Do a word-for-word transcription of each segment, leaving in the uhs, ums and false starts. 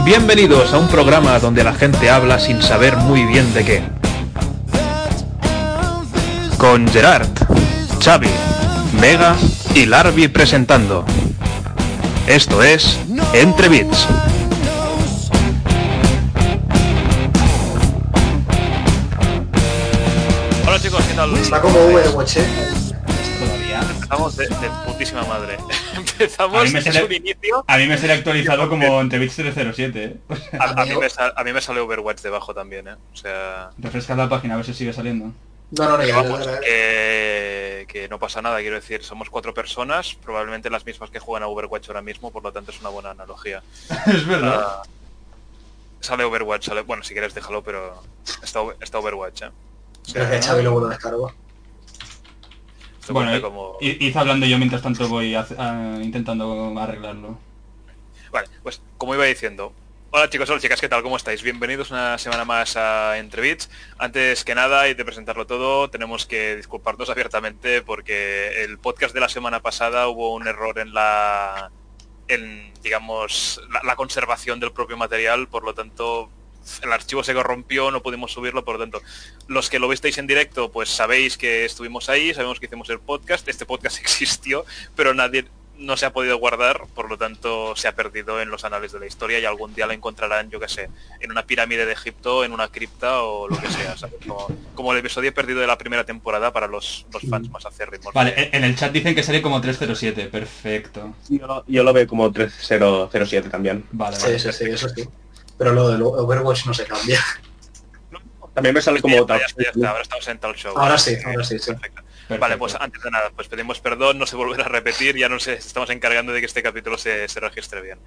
Bienvenidos a un programa donde la gente habla sin saber muy bien de qué. Con Gerard, Xavi, Mega y Larvi presentando. Esto es Entre Bits. Hola chicos, ¿qué tal? Está como Overwatch, ¿eh? Todavía. Empezamos de, de putísima madre. Empezamos A mí me sale, un inicio. a mí me sale actualizado como Entre Bits tres cero siete, ¿eh? A, a, mí me sal, a mí me sale Overwatch debajo también, ¿eh? O sea... Refresca la página a ver si sigue saliendo. No, no, no, que, ya, vamos, ya, ya. que, que no pasa nada, quiero decir, somos cuatro personas, probablemente las mismas que juegan a Overwatch ahora mismo, por lo tanto es una buena analogía. Es verdad. Uh, sale Overwatch, sale... Bueno, si quieres déjalo, pero está, está Overwatch, ¿eh? O sea, Pero que Xavi luego lo descargo. Bueno, como... id hablando yo mientras tanto voy a, a, intentando arreglarlo. Vale, pues como iba diciendo, hola chicos, hola chicas, ¿qué tal? ¿Cómo estáis? Bienvenidos una semana más a Entre Bits. Antes que nada y de presentarlo todo, tenemos que disculparnos abiertamente porque el podcast de la semana pasada hubo un error en la, en digamos, la, la conservación del propio material, por lo tanto el archivo se corrompió, no pudimos subirlo, por lo tanto, los que lo visteis en directo, pues sabéis que estuvimos ahí, sabemos que hicimos el podcast, este podcast existió, pero nadie no se ha podido guardar, por lo tanto se ha perdido en los anales de la historia y algún día lo encontrarán, yo que sé, en una pirámide de Egipto, en una cripta o lo que sea, ¿sabes? Como, como el episodio perdido de la primera temporada para los, los fans más acérrimos. Vale, en el chat dicen que sale como tres cero siete, perfecto. Yo, yo lo veo como tres cero cero siete también. Vale, Sí, vale. sí, sí, eso sí. Pero lo del Overwatch no se cambia. También me sale como Bien, tal. ya está, ya está, ahora estamos en tal show. Ahora sí, ahora sí, sí. Perfecto. Perfecto. Vale, pues antes de nada, pues pedimos perdón, no se volverá a repetir, ya nos estamos encargando de que este capítulo se, se registre bien.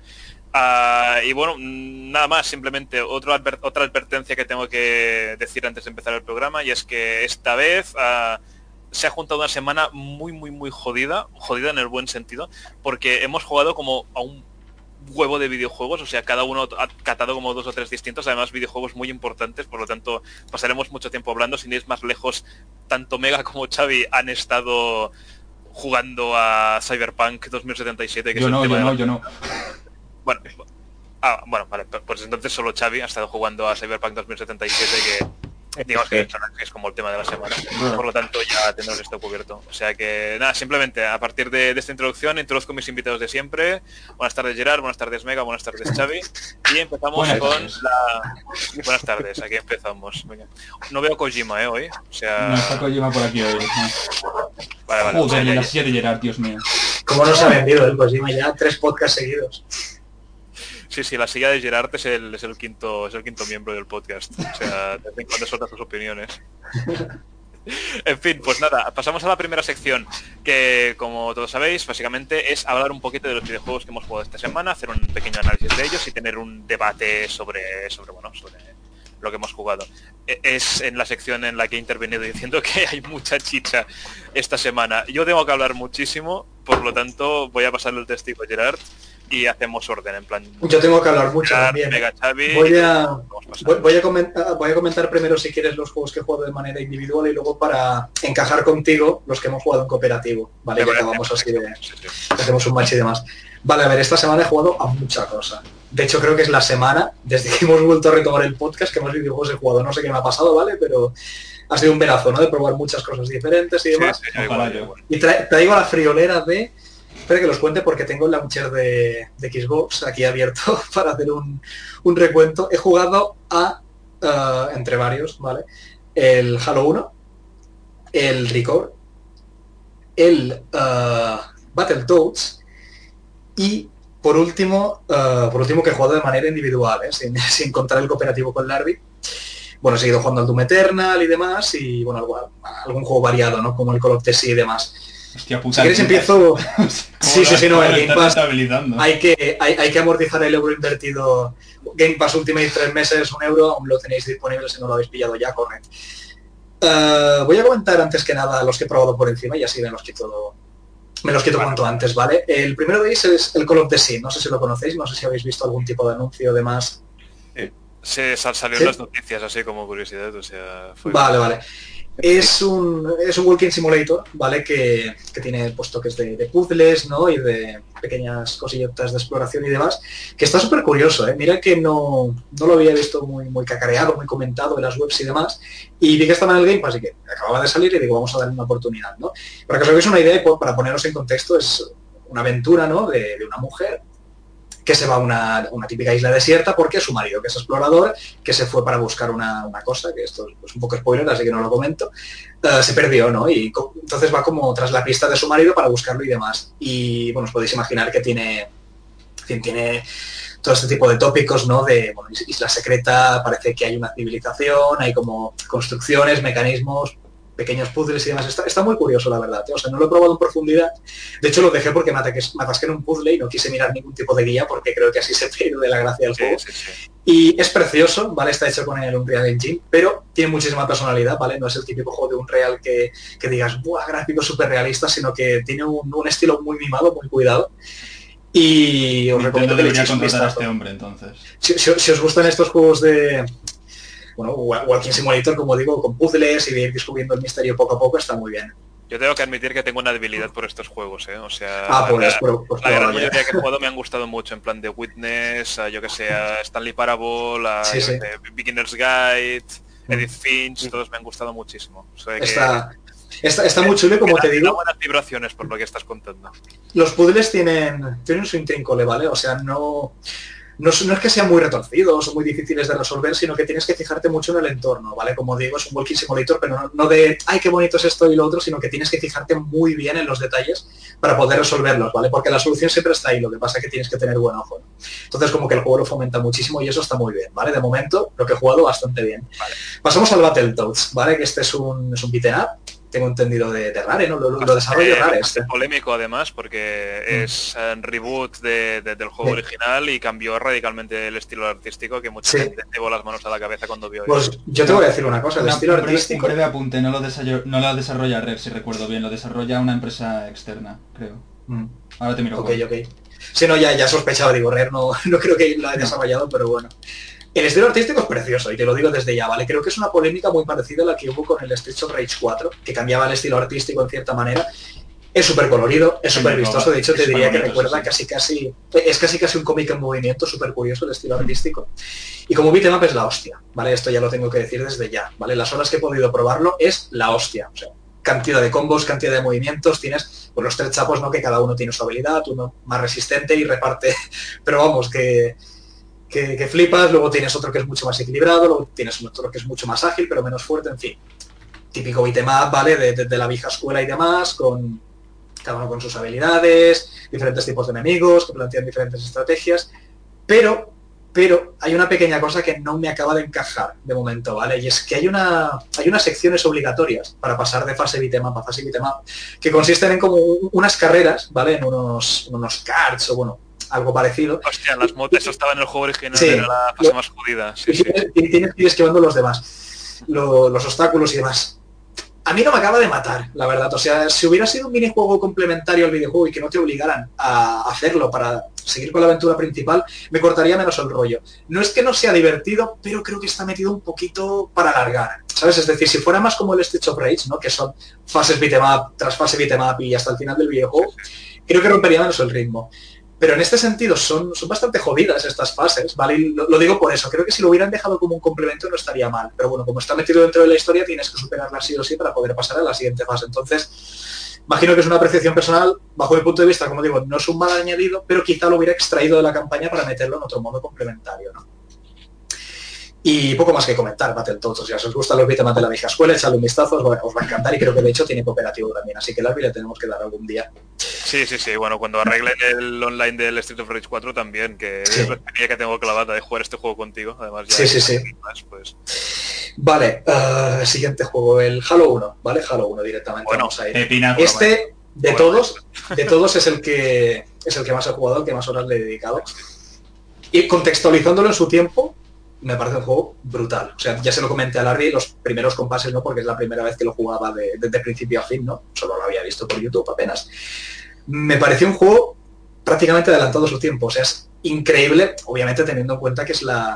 Uh, y bueno, nada más, simplemente otro adver otra advertencia que tengo que decir antes de empezar el programa, y es que esta vez uh, se ha juntado una semana muy, muy, muy jodida, jodida en el buen sentido, porque hemos jugado como a un huevo de videojuegos, o sea, cada uno ha catado como dos o tres distintos, además videojuegos muy importantes, por lo tanto pasaremos mucho tiempo hablando. Sin ir más lejos, tanto Mega como Xavi han estado jugando a Cyberpunk dos mil setenta y siete, que Yo es no, el tema yo no, de la... yo no. Bueno, ah, bueno, vale, pues entonces solo Xavi ha estado jugando a Cyberpunk dos mil setenta y siete, que digamos que es como el tema de la semana, por lo tanto ya tendremos esto cubierto. O sea que nada, simplemente a partir de, de esta introducción introduzco mis invitados de siempre. Buenas tardes Gerard, buenas tardes Mega, buenas tardes Xavi, y empezamos Buenas con tardes. la... Buenas tardes, aquí empezamos. Venga. No veo Kojima, eh, hoy, o sea... No está Kojima por aquí hoy. No. Vale, vale, o sea, Joder, ya- la silla de Gerard, Dios mío. ¿Cómo no se ha vendido el Kojima ya? Tres podcasts seguidos. Sí, sí, la silla de Gerard es el, es el quinto es el quinto miembro del podcast. O sea, de vez en cuando suelta sus opiniones. En fin, pues nada, pasamos a la primera sección, que como todos sabéis, básicamente es hablar un poquito de los videojuegos que hemos jugado esta semana, hacer un pequeño análisis de ellos y tener un debate sobre, sobre bueno, sobre lo que hemos jugado. Es en la sección en la que he intervenido diciendo que hay mucha chicha esta semana. Yo tengo que hablar muchísimo, por lo tanto voy a pasarle el testigo a Gerard y hacemos orden, en plan... Yo tengo que hablar mucho Gerard, también. Mega, Xavi, Voy a, vamos pasando. voy, voy a comentar, voy a comentar primero, si quieres, los juegos que he jugado de manera individual y luego para encajar contigo los que hemos jugado en cooperativo. Vale, Me que parece acabamos así de... perfecto, sí, sí. Hacemos un match y demás. Vale, a ver, esta semana he jugado a mucha cosa. De hecho, creo que es la semana, desde que hemos vuelto a retomar el podcast, que más videojuegos he jugado. No sé qué me ha pasado, ¿vale? Pero ha sido un verazo, ¿no? De probar muchas cosas diferentes y demás. Sí, sí, yo Ojalá igual, yo. igual. Y tra traigo la friolera de... Espera que los cuente porque tengo el launcher de, de Xbox aquí abierto para hacer un, un recuento. He jugado a, uh, entre varios, ¿vale? El Halo uno, el Record, el uh, Battletoads y por último, uh, por último que he jugado de manera individual, ¿eh? sin, sin contar el cooperativo con Larry. Bueno, he seguido jugando al Doom Eternal y demás y bueno, algún, algún juego variado, ¿no? Como el Call of Duty y demás. Hostia puta. Si queréis puta. empiezo... Sí, sí, sí, no, el Joder, Game está Pass rentabilizando. hay que, hay, hay que amortizar el euro invertido. Game Pass Ultimate tres meses, un euro, aún lo tenéis disponible si no lo habéis pillado ya, correcto. Uh, voy a comentar antes que nada los que he probado por encima y así me los quito, me los quito Vale. cuanto antes, ¿vale? El primero de ellos es el Call of Duty, no sé si lo conocéis, no sé si habéis visto algún tipo de anuncio o demás. Se sal- salió ¿Sí? en las noticias así como curiosidad, o sea... Fue... Vale, vale. Es un, es un walking simulator, ¿vale? Que, que tiene pues, toques de, de puzzles, ¿no? Y de pequeñas cosillotas de exploración y demás. Que está súper curioso, ¿eh? Mira que no, no lo había visto muy, muy cacareado, muy comentado en las webs y demás. Y vi que estaba en el Game Pass y que acababa de salir y digo, vamos a darle una oportunidad, ¿no? Para que os hagáis una idea y para poneros en contexto, es una aventura, ¿no? De, de una mujer que se va a una, una típica isla desierta porque su marido, que es explorador, que se fue para buscar una, una cosa, que esto es un poco spoiler, así que no lo comento, uh, se perdió, ¿no? Y co entonces va como tras la pista de su marido para buscarlo y demás. Y, bueno, os podéis imaginar que tiene, tiene todo este tipo de tópicos, ¿no? De, bueno, isla secreta, parece que hay una civilización, hay como construcciones, mecanismos, pequeños puzzles y demás. Está, está muy curioso, la verdad, ¿eh? O sea, no lo he probado en profundidad. De hecho, lo dejé porque me atasqué en un puzzle y no quise mirar ningún tipo de guía porque creo que así se pierde de la gracia del sí, juego. Sí, sí. Y es precioso, ¿vale? Está hecho con el Unreal Engine, pero tiene muchísima personalidad, ¿vale? No es el típico juego de Unreal que, que digas, ¡buah, gráficos súper realistas!, sino que tiene un, un estilo muy mimado, muy cuidado. Y os Nintendo recomiendo que le debería echéis un contratar a vistazo. este hombre, entonces. Si, si, si os gustan estos juegos de... Bueno, Walking Simulator, como digo, con puzzles y de ir descubriendo el misterio poco a poco, está muy bien. Yo tengo que admitir que tengo una debilidad por estos juegos, ¿eh? O sea, Ah, pues, la, pero, pues, la gran vale. mayoría que he jugado me han gustado mucho, en plan de Witness, a, yo que sé, a Stanley Parable, a Sí, yo sí. que sé, Beginner's Guide, Mm. Edith Finch, todos me han gustado muchísimo. O sea que Está, está, está muy chulo y como me te da- me da digo, buenas vibraciones por lo que estás contando. los puzzles tienen, tienen su intríncole, ¿vale? O sea, no, no, es- no es que sean muy retorcidos o muy difíciles de resolver, sino que tienes que fijarte mucho en el entorno, ¿vale? Como digo, es un walking simulator, pero no, no de, ay, qué bonito es esto y lo otro, sino que tienes que fijarte muy bien en los detalles para poder resolverlos, ¿vale? Porque la solución siempre está ahí, lo que pasa es que tienes que tener buen ojo, ¿no? Entonces, como que el juego lo fomenta muchísimo y eso está muy bien, ¿vale? De momento, lo que he jugado bastante bien. Vale. Pasamos al Battletoads, ¿vale? Que este es un, es un beat'em up, tengo entendido de, de Rare, ¿no? Lo, lo desarrollo Eh, Rare bastante este. polémico además porque Mm. es un reboot de- de- del juego Sí. original y cambió radicalmente el estilo artístico que mucha Sí. gente llevó las manos a la cabeza cuando vio Pues eso. yo te voy a decir una cosa, el Una- estilo un, breve, artístico... un breve apunte, no lo, desarrolla, no lo desarrolla Rare, si recuerdo bien, lo desarrolla una empresa externa, creo. Mm. Ahora te miro. Ok, cuál. ok. Sí, no, ya, ya sospechaba, digo, Rare no, no creo que lo haya No. desarrollado, pero bueno. El estilo artístico es precioso, y te lo digo desde ya, ¿vale? Creo que es una polémica muy parecida a la que hubo con el Streets of Rage cuatro, que cambiaba el estilo artístico en cierta manera. Es súper colorido, es Sí, súper no, vistoso, de hecho te es diría que superbonito, recuerda sí, casi casi... Es casi casi un cómic en movimiento, súper curioso el estilo artístico. Y como beat'em up es la hostia, ¿vale? Esto ya lo tengo que decir desde ya, ¿vale? Las horas que he podido probarlo es la hostia, o sea, cantidad de combos, cantidad de movimientos, tienes pues, los tres chapos, ¿no? Que cada uno tiene su habilidad, uno más resistente y reparte, pero vamos, que, que, que flipas, luego tienes otro que es mucho más equilibrado, luego tienes otro que es mucho más ágil, pero menos fuerte, en fin. Típico beat'em up, ¿vale? De, de, de la vieja escuela y demás, con cada uno con sus habilidades, diferentes tipos de enemigos, que plantean diferentes estrategias, pero pero hay una pequeña cosa que no me acaba de encajar de momento, ¿vale? Y es que hay una hay unas secciones obligatorias para pasar de fase beat'em up a fase beat'em up que consisten en como unas carreras, ¿vale? En unos, en unos karts o bueno, algo parecido. Hostia, las motos, eso estaba en el juego original, Sí. era la fase Lo- más jodida. Sí, Y sí. tienes, y tienes que ir esquivando los demás, lo- los obstáculos y demás. A mí no me acaba de matar, la verdad. O sea, si hubiera sido un minijuego complementario al videojuego y que no te obligaran a hacerlo para seguir con la aventura principal, me cortaría menos el rollo. No es que no sea divertido, pero creo que está metido un poquito para alargar, ¿sabes? Es decir, si fuera más como el Streets of Rage, ¿no? Que son fases beat'em up tras fase beat'em up y hasta el final del videojuego, creo que rompería menos el ritmo. Pero en este sentido son, son bastante jodidas estas fases, ¿vale? Y lo, lo digo por eso. Creo que si lo hubieran dejado como un complemento no estaría mal. Pero bueno, como está metido dentro de la historia, tienes que superarla sí o sí para poder pasar a la siguiente fase. Entonces, imagino que es una apreciación personal. Bajo mi punto de vista, como digo, no es un mal añadido, pero quizá lo hubiera extraído de la campaña para meterlo en otro modo complementario, ¿no? Y poco más que comentar, Battletoads. O sea, si os gustan los beat'em up de la vieja escuela, echadle un vistazo, os va, os va a encantar y creo que de hecho tiene cooperativo también. Así que el Arby le tenemos que dar algún día. Sí, sí, sí. Bueno, cuando arreglen el online del Street of Rage cuatro también, que Sí. es la experiencia que tengo clavada de jugar este juego contigo. Además, ya Sí, sí, sí. más, pues. Vale, uh, siguiente juego, el Halo uno, ¿vale? Halo uno directamente, Bueno, vamos a ir. Pepinazo. Este, de Bueno. todos, de todos es el que es el que más he jugado, el que más horas le he dedicado. Y contextualizándolo en su tiempo, me parece un juego brutal. O sea, ya se lo comenté a Larry, los primeros compases, ¿no? Porque es la primera vez que lo jugaba de, de, de principio a fin, ¿no? Solo lo había visto por YouTube apenas. Me pareció un juego prácticamente adelantado a su tiempo. O sea, es increíble, obviamente teniendo en cuenta que es la,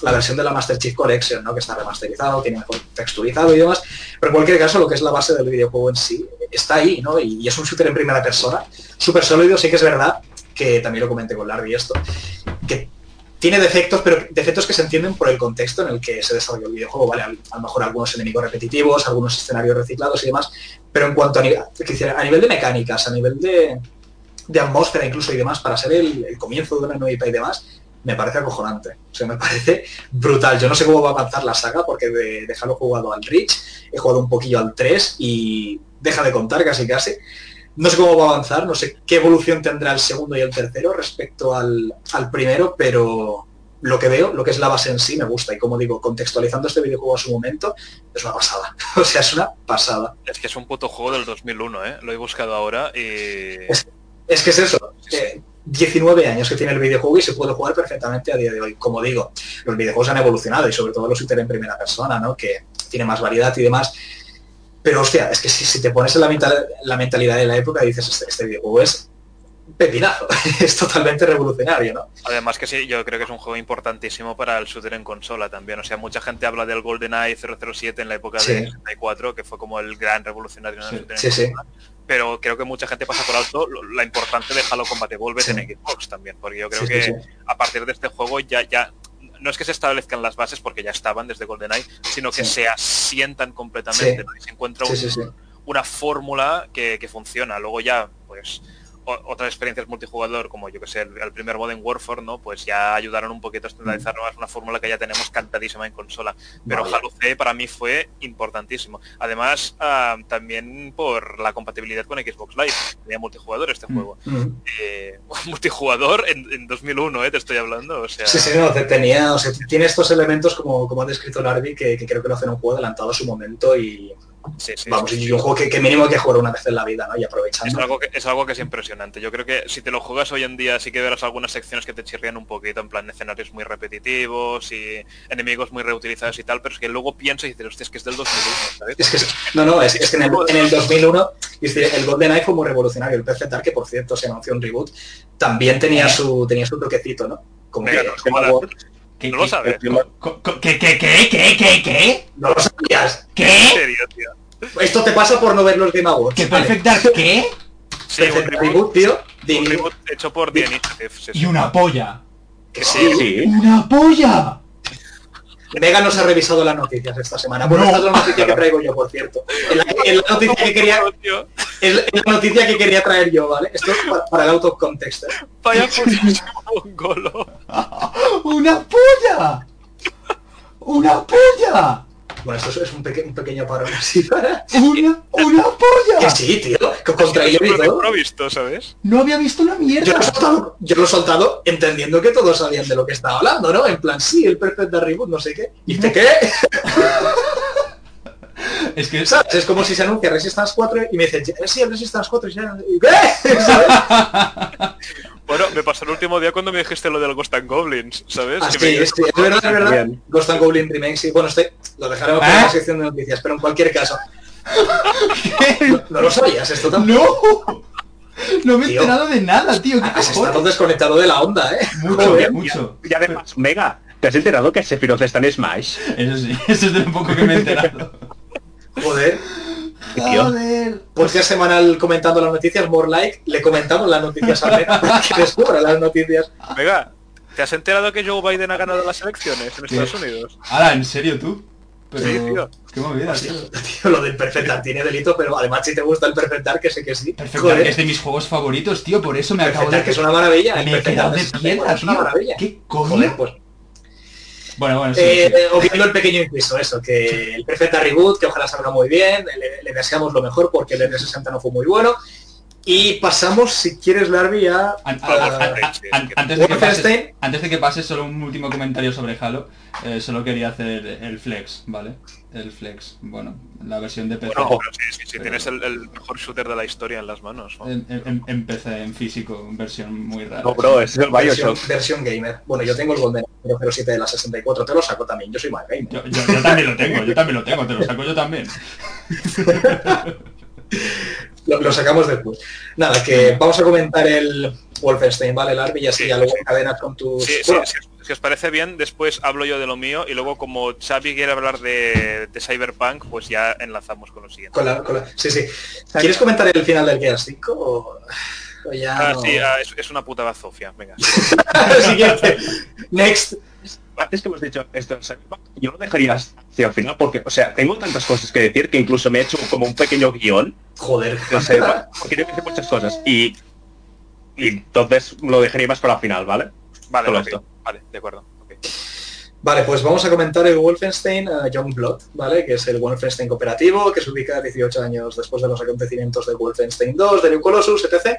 la versión de la Master Chief Collection, ¿no? Que está remasterizado, tiene mejor texturizado y demás, pero en cualquier caso lo que es la base del videojuego en sí está ahí, ¿no? Y, y es un shooter en primera persona, súper sólido. Sí que es verdad, que también lo comenté con Larry esto, que tiene defectos, pero defectos que se entienden por el contexto en el que se desarrolló el videojuego, ¿vale? A, a lo mejor algunos enemigos repetitivos, algunos escenarios reciclados y demás, pero en cuanto a, nivel, a nivel de mecánicas, a nivel de, de atmósfera incluso y demás, para ser el, el comienzo de una nueva I P y demás, me parece acojonante. O sea, me parece brutal. Yo no sé cómo va a avanzar la saga, porque de, de Halo he jugado al Reach, he jugado un poquillo al tres y deja de contar casi casi. No sé cómo va a avanzar, no sé qué evolución tendrá el segundo y el tercero respecto al, al primero, pero lo que veo, lo que es la base en sí, me gusta. Y como digo, contextualizando este videojuego a su momento, es una pasada. O sea, es una pasada. Es que es un puto juego del dos mil uno, ¿eh? Lo he buscado ahora y... Es, es que es eso. Sí, sí. Eh, diecinueve años que tiene el videojuego y se puede jugar perfectamente a día de hoy. Como digo, los videojuegos han evolucionado y sobre todo los shooter en primera persona, ¿no? Que tiene más variedad y demás. Pero hostia, es que si, si te pones en la, mental, la mentalidad de la época y dices, este, este videojuego es pepinazo, es totalmente revolucionario, ¿no? Además que sí, yo creo que es un juego importantísimo para el shooter en consola también. O sea, mucha gente habla del GoldenEye cero cero siete en la época Sí. de sesenta y cuatro, que fue como el gran revolucionario en el Sí. shooter en Sí, sí. consola. Pero creo que mucha gente pasa por alto lo- la importancia de Halo Combat Evolved Sí. en Xbox también, porque yo creo Sí, sí, que sí. a partir de este juego ya, ya no es que se establezcan las bases porque ya estaban desde GoldenEye, sino que Sí. se asientan completamente, Sí. ¿no? Y se encuentra Sí, un- sí, sí. una fórmula que, que funciona. Luego ya, pues, o- otras experiencias multijugador, como yo que sé, el, el primer Modern Warfare, ¿no? Pues ya ayudaron un poquito a estandarizar más una fórmula que ya tenemos cantadísima en consola. Pero Vaya. Halo C para mí fue importantísimo. Además, ah, también por la compatibilidad con Xbox Live. Tenía multijugador este Mm. juego. Mm. Eh, multijugador en, en dos mil uno, ¿eh? Te estoy hablando. O sea, Sí, sí, no, te- tenía, o sea, tiene estos elementos como, como ha descrito Larry que, que creo que lo hacen un juego adelantado a su momento y sí, sí, vamos, sí, sí. y un juego que, que mínimo hay que jugar una vez en la vida, ¿no? Y Es aprovechando. algo, que, es algo que es impresionante. Yo creo que si te lo juegas hoy en día sí que verás algunas secciones que te chirrían un poquito, en plan escenarios muy repetitivos y enemigos muy reutilizados y tal, pero es que luego piensas y dices, hostia, es que es del dos mil uno, ¿sabes? Es que, es- no, no, es, es que en el, en el dos mil uno viste, el GoldenEye fue muy revolucionario. El Perfect Dark, que por cierto se anunció un reboot, también tenía su, tenía su toquecito, ¿no? Como Venga, que no, Game jodas. Awards. ¿Qué, No lo qué- sabes. El primer- co- co- ¿Qué, qué, qué, qué, qué, qué? No lo sabías. ¿En ¿Qué? serio, tío? Esto te pasa por no ver los Game Awards. ¿Qué Vale. Perfect Dark qué? Sí, un Perfect reboot, Reboot, tío. un de- reboot hecho por The Initiative. Sí, sí. Y una polla. que sí. Sí. ¡Una polla! Mega nos ha revisado las noticias esta semana. Bueno, No. esta es la noticia que traigo yo, por cierto. Es la, es la noticia que quería, Tío, es la- es la noticia que quería traer yo, ¿vale? Esto es para, para el out of context, ¿eh? vaya putísimo mongolo. ¡Una polla! ¡Una polla! Bueno, esto es un, peque- un pequeño parón así para... ¡Una, una Que polla! sí, tío, con, con trailer y Súper todo. improvisto, ¿sabes? No había visto una Yo lo, he mierda. soltado, yo lo he soltado entendiendo que todos sabían de lo que estaba hablando, ¿no? En plan, sí, el Perfect Dark Reboot, no sé qué. ¿Y dice qué? Es que ¿Sabes? Es como si se anuncia Resistance cuatro y me dicen, sí, el Resistance cuatro y ya... ¿Y qué? ¿Sabes? Bueno, me pasó el último día cuando me dijiste lo del Ghost and Goblins, ¿sabes? Ah, Que sí, me- sí, es verdad, es verdad. Bien. Ghost and Goblin Remake, sí. Bueno, este lo dejaremos para ¿Eh? la sección de noticias, pero en cualquier caso. ¿Qué? No, no lo sabías esto tampoco. ¡No! No me he Tío. enterado de nada, tío. ¿Qué Has estado cojones? desconectado de la onda, ¿eh? Mucho, Joder. mucho. Y además, Mega, ¿te has enterado que Sephiroth está en Smash? Eso sí, eso es de lo poco que me he enterado. Joder. Tío. Joder. Podcast semanal comentando las noticias, more like, le comentamos las noticias al menos, para que descubra las noticias. Venga, ¿te has enterado que Joe Biden ha ganado las elecciones en ¿Qué? Estados Unidos? Ahora, ¿en serio tú? Pero... Sí, tío. Qué movida, tío. Tío, lo del Perfect Dark tiene delito, pero además si te gusta el Perfect Dark, que sé que sí. Perfect Joder, Dark es de mis juegos favoritos, tío. Por eso me acabo Perfect de... Dark es una maravilla. el Me he Perfect quedado Dark de sesenta y cuatro piedra, es una tío. maravilla. ¿Qué coño? Joder, pues Bueno, bueno, sí, Eh, sí. eh, obviando el pequeño inciso, eso, que el Perfect Dark Reboot, que ojalá salga muy bien, le, le deseamos lo mejor porque el N sesenta no fue muy bueno. Y pasamos, si quieres, Larry, a... An- Por favor, a- an- an- sí, es an- que- antes, de que Wolfenstein. pase, antes de que pase, solo un último comentario sobre Halo. Eh, solo quería hacer el flex, ¿vale? El flex, bueno, la versión de P C. Bueno, pero sí, sí, sí, tienes el, el mejor shooter de la historia en las manos. ¿no? En, en- en P C, en físico, versión muy rara. No, bro, es el versión, Bioshock. versión gamer. Bueno, yo tengo el Golden cero cero siete de la sesenta y cuatro, te lo saco también, yo soy más gamer. Yo, yo- yo también lo tengo, yo también lo tengo, te lo saco yo también. Lo, lo sacamos después. Nada, que vamos a comentar el Wolfenstein, ¿vale, Larry? Y así Sí, ya luego sí. encadenas con tus... Sí, sí, Bueno, sí, si os parece bien, después hablo yo de lo mío y luego como Xavi quiere hablar de, de Cyberpunk, pues ya enlazamos con lo siguiente. Con la, con la, sí, sí. ¿Quieres comentar el final del Gears cinco o, o ya ah, no? sí, ah, es, es una puta bazofia. Venga. Siguiente. Next. Antes que hemos dicho esto, yo lo dejaría hacia el final porque, o sea, tengo tantas cosas que decir que incluso me he hecho como un pequeño guión. Joder. No sé, porque tengo que decir muchas cosas y, y entonces lo dejaría más para el final, ¿vale? Vale, Solo okay. esto. Vale, de acuerdo. Okay. Vale, pues vamos a comentar el Wolfenstein uh, Youngblood, ¿vale? Que es el Wolfenstein cooperativo, que se ubica dieciocho años después de los acontecimientos de Wolfenstein dos, de New Colossus, etcétera.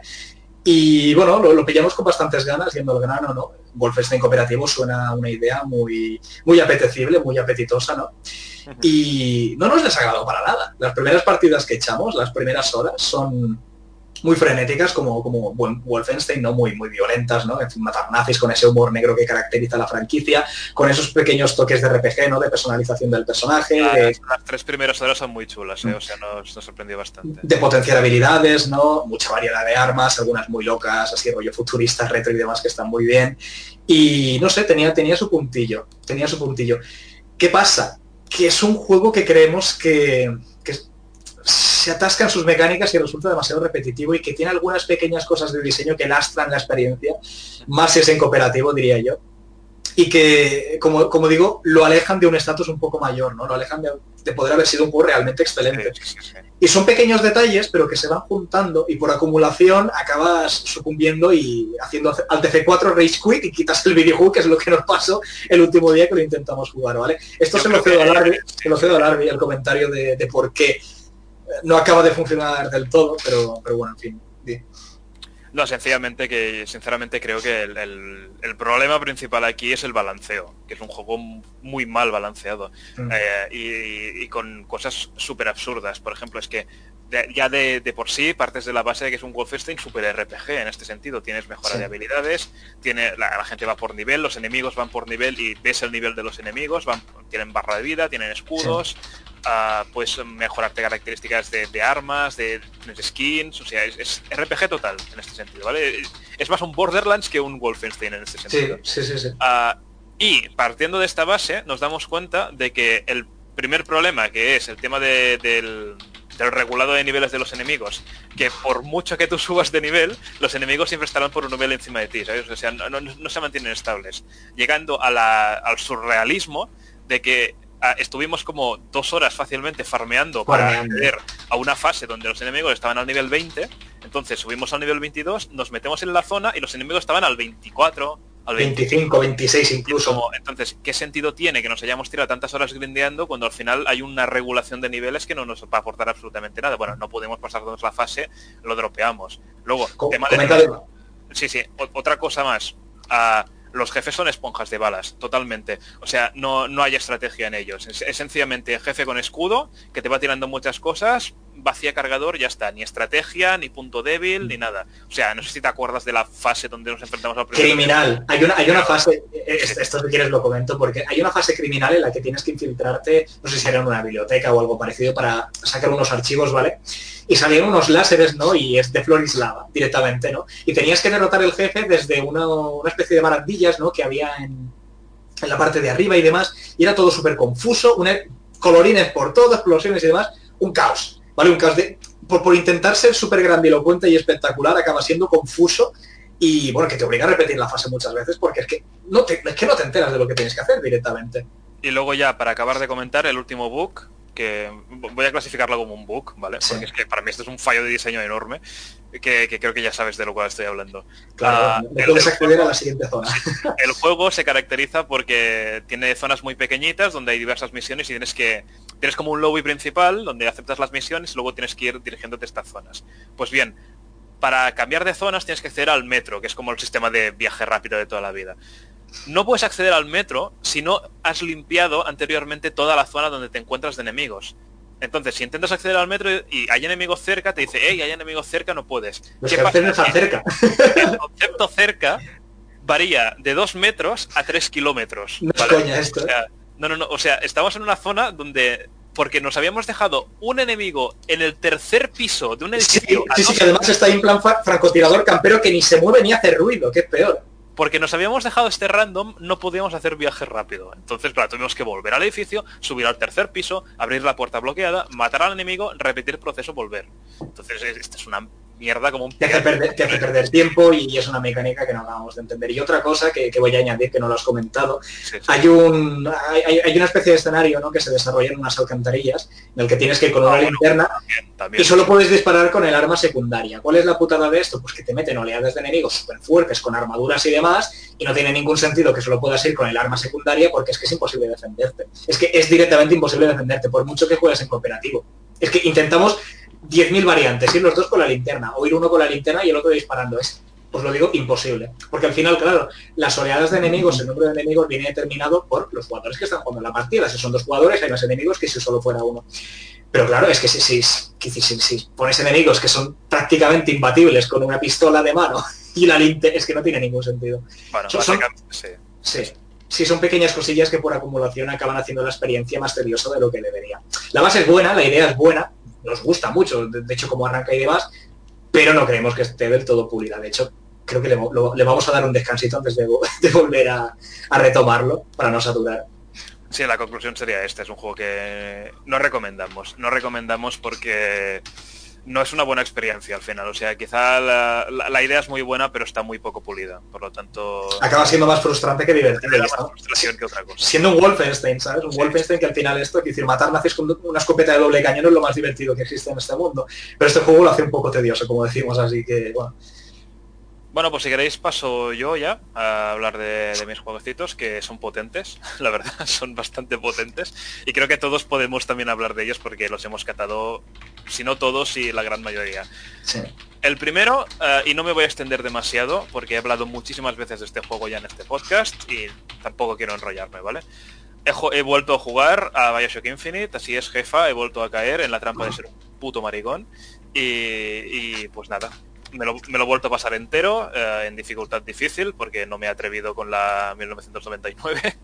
Y bueno, lo, lo pillamos con bastantes ganas, yendo al grano, ¿no? Wolfenstein cooperativo suena una idea muy, muy apetecible, muy apetitosa, ¿no? Uh-huh. Y no nos desagradó para nada. Las primeras partidas que echamos, las primeras horas, son muy frenéticas, como, como Wolfenstein, ¿no? Muy, muy violentas, ¿no? En fin, matar nazis con ese humor negro que caracteriza la franquicia, con esos pequeños toques de R P G, ¿no? De personalización del personaje. Las, de... las tres primeras horas son muy chulas, ¿eh? O sea, nos, nos sorprendió bastante. De potenciar habilidades, ¿no? Mucha variedad de armas, algunas muy locas, así rollo futuristas, retro y demás, que están muy bien. Y no sé, tenía, tenía su puntillo, tenía su puntillo. ¿Qué pasa? Que es un juego que creemos que... que se atascan sus mecánicas y resulta demasiado repetitivo y que tiene algunas pequeñas cosas de diseño que lastran la experiencia, más si es en cooperativo, diría yo, y que, como, como digo, lo alejan de un estatus un poco mayor, ¿no? Lo alejan de, de poder haber sido un juego realmente excelente. Sí, sí, sí. Y son pequeños detalles, pero que se van juntando y por acumulación acabas sucumbiendo y haciendo al T F cuatro Rage Quit y quitas el videojuego, que es lo que nos pasó el último día que lo intentamos jugar, ¿vale? Esto yo se lo cedo a Larry, se lo cedo a Larry, el comentario de, de por qué no acaba de funcionar del todo, pero, pero bueno, en fin. Sí. No, sencillamente que, sinceramente, creo que el, el, el problema principal aquí es el balanceo, que es un juego muy mal balanceado mm. eh, y, y con cosas súper absurdas. Por ejemplo, es que de, ya de, de por sí partes de la base de que es un Wolfenstein súper R P G en este sentido. Tienes mejora sí. de habilidades, tiene, la, la gente va por nivel, los enemigos van por nivel y ves el nivel de los enemigos, van, tienen barra de vida, tienen escudos. Sí. Uh, puedes mejorarte características de, de armas, de, de skins, o sea, es, es R P G total en este sentido, ¿vale? Es más un Borderlands que un Wolfenstein en este sentido. Sí, sí, sí, sí. Uh, y partiendo de esta base nos damos cuenta de que el primer problema, que es el tema de, del, del regulado de niveles de los enemigos, que por mucho que tú subas de nivel, los enemigos siempre estarán por un nivel encima de ti, ¿sabes? O sea, no, no, no se mantienen estables, llegando a la, al surrealismo de que estuvimos como dos horas fácilmente farmeando para acceder a una fase donde los enemigos estaban al nivel veinte, entonces subimos al nivel veintidós, nos metemos en la zona y los enemigos estaban al veinticuatro, al veinticinco, veintiséis incluso. Como, entonces, ¿qué sentido tiene que nos hayamos tirado tantas horas grindeando cuando al final hay una regulación de niveles que no nos va a aportar absolutamente nada? Bueno, no podemos pasarnos la fase, lo dropeamos. Luego, Com tema de... Sí, sí, o otra cosa más. Uh, los jefes son esponjas de balas, totalmente. O sea, no, no hay estrategia en ellos. Es, es sencillamente jefe con escudo, que te va tirando muchas cosas, vacía cargador, ya está. Ni estrategia, ni punto débil, ni nada. O sea, no sé si te acuerdas de la fase donde nos enfrentamos al primer... Criminal. Hay una, hay una fase, esto, esto si quieres lo comento, porque hay una fase criminal en la que tienes que infiltrarte, no sé si era en una biblioteca o algo parecido, para sacar unos archivos, ¿vale? Y salían unos láseres, ¿no? Y es de Florislava directamente, ¿no? Y tenías que derrotar el jefe desde una, una especie de barandillas, ¿no? Que había en, en la parte de arriba y demás. Y era todo súper confuso, una, colorines por todo, explosiones y demás. Un caos, ¿vale? Un caos de... Por, por intentar ser súper grandilocuente y espectacular, acaba siendo confuso y, bueno, que te obliga a repetir la fase muchas veces porque es que no te, es que no te enteras de lo que tienes que hacer directamente. Y luego ya, para acabar de comentar, el último bug, que voy a clasificarlo como un bug, ¿vale? Sí. Porque es que para mí esto es un fallo de diseño enorme, que, que creo que ya sabes de lo cual estoy hablando. Claro, uh, el, puedes acceder a la siguiente zona. El juego se caracteriza porque tiene zonas muy pequeñitas donde hay diversas misiones y tienes que tienes como un lobby principal donde aceptas las misiones y luego tienes que ir dirigiéndote a estas zonas. Pues bien, para cambiar de zonas tienes que acceder al metro, que es como el sistema de viaje rápido de toda la vida. No puedes acceder al metro si no has limpiado anteriormente toda la zona donde te encuentras de enemigos. Entonces, si intentas acceder al metro y hay enemigos cerca, te dice, hey, hay enemigos cerca, no puedes. Los ¿Qué pasa? No están cerca. El concepto cerca varía de dos metros a tres kilómetros. No ¿vale? es coña esto. O sea, no, no, no. O sea, estamos en una zona donde... Porque nos habíamos dejado un enemigo en el tercer piso de un edificio... Sí, sí, sí, que además está ahí en plan francotirador campero que ni se mueve ni hace ruido, que es peor. porque nos habíamos dejado este random, no podíamos hacer viaje rápido. Entonces, claro, tuvimos que volver al edificio, subir al tercer piso, abrir la puerta bloqueada, matar al enemigo, repetir proceso, volver. Entonces, esta es una mierda como un... Te hace perder, te hace perder tiempo y es una mecánica que no acabamos de entender. Y otra cosa que, que voy a añadir, que no lo has comentado, Sí, sí. hay un hay, hay una especie de escenario, ¿no?, que se desarrolla en unas alcantarillas, en el que tienes que ir con Ah, una bueno, linterna También, también. y solo puedes disparar con el arma secundaria. ¿Cuál es la putada de esto? Pues que te meten oleadas de enemigos súper fuertes con armaduras y demás, y no tiene ningún sentido que solo puedas ir con el arma secundaria porque es que es imposible defenderte. Es que es directamente imposible defenderte, por mucho que juegues en cooperativo. Es que intentamos diez mil variantes, ir los dos con la linterna, o ir uno con la linterna y el otro disparando. Es, os lo digo, imposible. Porque al final, claro, las oleadas de enemigos, el número de enemigos viene determinado por los jugadores que están jugando la partida. Si son dos jugadores, hay más enemigos que si solo fuera uno. Pero claro, es que si, si, si, si, si pones enemigos que son prácticamente imbatibles con una pistola de mano y la linterna, es que no tiene ningún sentido. Bueno, son- son- básicamente, sí. Sí. Sí, son pequeñas cosillas que por acumulación acaban haciendo la experiencia más tediosa de lo que debería. La base es buena, la idea es buena, nos gusta mucho, de, de hecho, como arranca y demás, pero no creemos que esté del todo pulida. De hecho, creo que le, lo- le vamos a dar un descansito antes de, vo- de volver a, a retomarlo para no saturar. Sí, la conclusión sería esta, es un juego que no recomendamos, no recomendamos porque no es una buena experiencia al final, o sea, quizá la, la- la idea es muy buena, pero está muy poco pulida, por lo tanto... Acaba siendo más frustrante que divertido. me da y más está- frustración que otra cosa. Siendo un Wolfenstein, ¿sabes? Un Sí. Wolfenstein que al final esto, es decir, matar nazis con una escopeta de doble cañón es lo más divertido que existe en este mundo. Pero este juego lo hace un poco tedioso, como decimos, así que, bueno. Bueno, pues si queréis paso yo ya a hablar de, de mis jueguecitos, que son potentes, la verdad, son bastante potentes. Y creo que todos podemos también hablar de ellos porque los hemos catado, si no todos, y la gran mayoría. Sí. El primero, eh, y no me voy a extender demasiado, porque he hablado muchísimas veces de este juego ya en este podcast, y tampoco quiero enrollarme, ¿vale? He, ju- he vuelto a jugar a Bioshock Infinite, así es, jefa, he vuelto a caer en la trampa de ser un puto maricón, y, y pues nada. Me lo, me lo he vuelto a pasar entero, eh, en dificultad difícil, porque no me he atrevido con la mil novecientos noventa y nueve.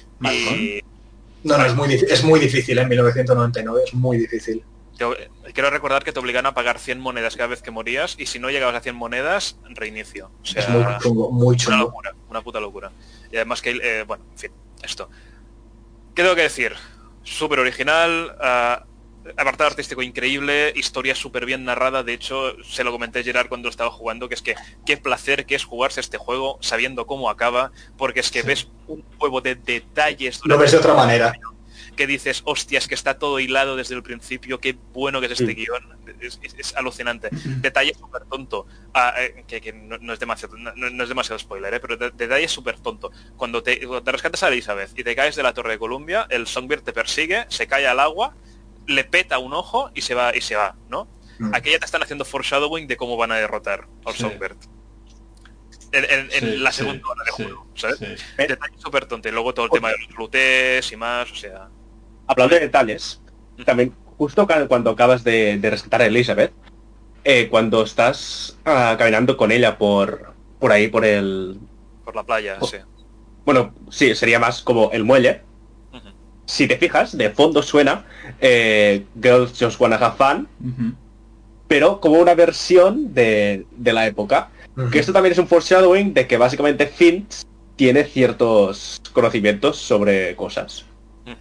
Y No, no, es muy, difí- es muy difícil, en mil novecientos noventa y nueve, es muy difícil. te- quiero recordar que te obligan a pagar cien monedas cada vez que morías, y si no llegabas a cien monedas, reinicio. O sea, Es muy chungo, muy una chungo. locura, una puta locura. Y además que, eh, bueno, en fin, esto. ¿Qué tengo que decir? Súper original, ah, apartado artístico increíble, historia súper bien narrada. De hecho, se lo comenté a Gerard cuando estaba jugando, que es que qué placer que es jugarse este juego sabiendo cómo acaba, porque es que Sí. ves un juego de detalles Lo ves de otra durante- manera. que dices, hostias, que está todo hilado desde el principio, qué bueno que es este Sí. guión, es, es- es alucinante. Detalle súper tonto, ah, eh, que, que no, no es demasiado no, no es demasiado spoiler, eh, pero de- detalle súper tonto. Cuando te, cuando te rescatas a Elizabeth y te caes de la Torre de Columbia, el Songbird te persigue, se cae al agua, le peta un ojo y se va, y se va, ¿no? Mm. Aquí ya te están haciendo foreshadowing de cómo van a derrotar al Sí. Songbird. En, en- en Sí, la sí, segunda hora de sí, juego, ¿sabes? sí. Detalle súper tonto. Y luego todo el tema de los lootes y más, o sea... Hablando de detalles, también justo ca- cuando acabas de, de rescatar a Elizabeth, eh, cuando estás ah, caminando con ella por por ahí, por el... Por la playa, Oh. sí. Bueno, sí, sería más como el muelle. Ujú. Si te fijas, de fondo suena eh, Girls Just Wanna Have Fun, Ujú. pero como una versión de, de la época. Ujú. Que esto también es un foreshadowing de que básicamente Finch tiene ciertos conocimientos sobre cosas. Ujú.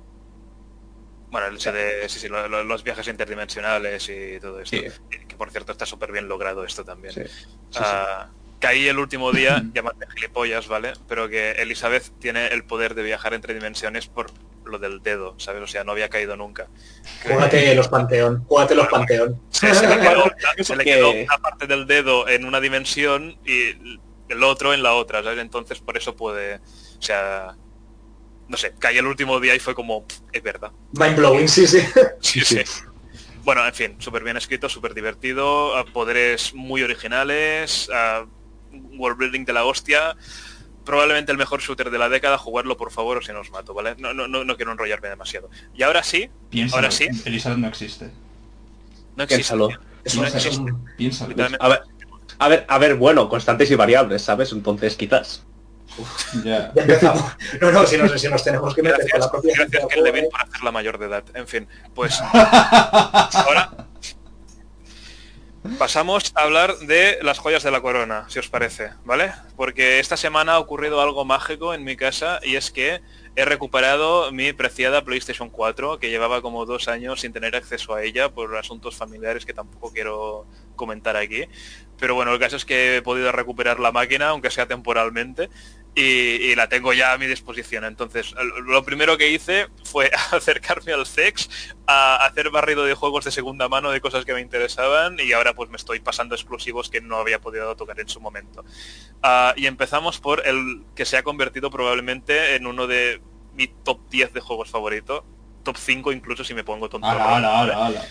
Bueno, el hecho de sí, sí, lo- lo- los viajes interdimensionales y todo esto. Sí. Que, que, por cierto está súper bien logrado esto también. Sí, sí, sí. Ah, caí el último día, llamadme gilipollas, ¿vale? Pero que Elizabeth tiene el poder de viajar entre dimensiones por lo del dedo, ¿sabes? O sea, no había caído nunca. Que- Júgate los Panteón, júgate los Panteón. se, se le quedó, se le quedó Porque- una parte del dedo en una dimensión y el otro en la otra, ¿sabes? Entonces por eso puede, o sea, no sé, caí el último día y fue como, "Pff, es verdad". Mind blowing, sí, sí. Sí, sí. Bueno, en fin, súper bien escrito, súper divertido, a poderes muy originales, a world building de la hostia. Probablemente el mejor shooter de la década, jugarlo por favor o si no os mato, ¿vale? No, no, no, no quiero enrollarme demasiado. Y ahora sí, Piénsalo, ahora sí, Elizabeth no existe. no existe. Piénsalo. Es un- es un- Piénsalo. Literalmente. A ver, a ver, a ver, bueno, constantes y variables, ¿sabes? Entonces quizás. Ya. Ya empezamos. No, no, si no sé si nos tenemos que meter con Gracias, la propia gente gracias al Ken juego, Levin ¿eh? por hacerla mayor de edad. En fin, pues ahora Pasamos a hablar de las joyas de la corona, si os parece, ¿vale? Porque esta semana ha ocurrido algo mágico en mi casa y es que he recuperado mi preciada PlayStation cuatro, que llevaba como dos años sin tener acceso a ella por asuntos familiares que tampoco quiero comentar aquí. Pero bueno, el caso es que he podido recuperar la máquina, aunque sea temporalmente, y, y la tengo ya a mi disposición. Entonces, lo primero que hice fue acercarme al C E X, a hacer barrido de juegos de segunda mano, de cosas que me interesaban, y ahora pues me estoy pasando exclusivos que no había podido tocar en su momento. Uh, y empezamos por el que se ha convertido probablemente en uno de mi top diez de juegos favoritos, top cinco incluso si me pongo tonto. Ala, ala, ala, ala.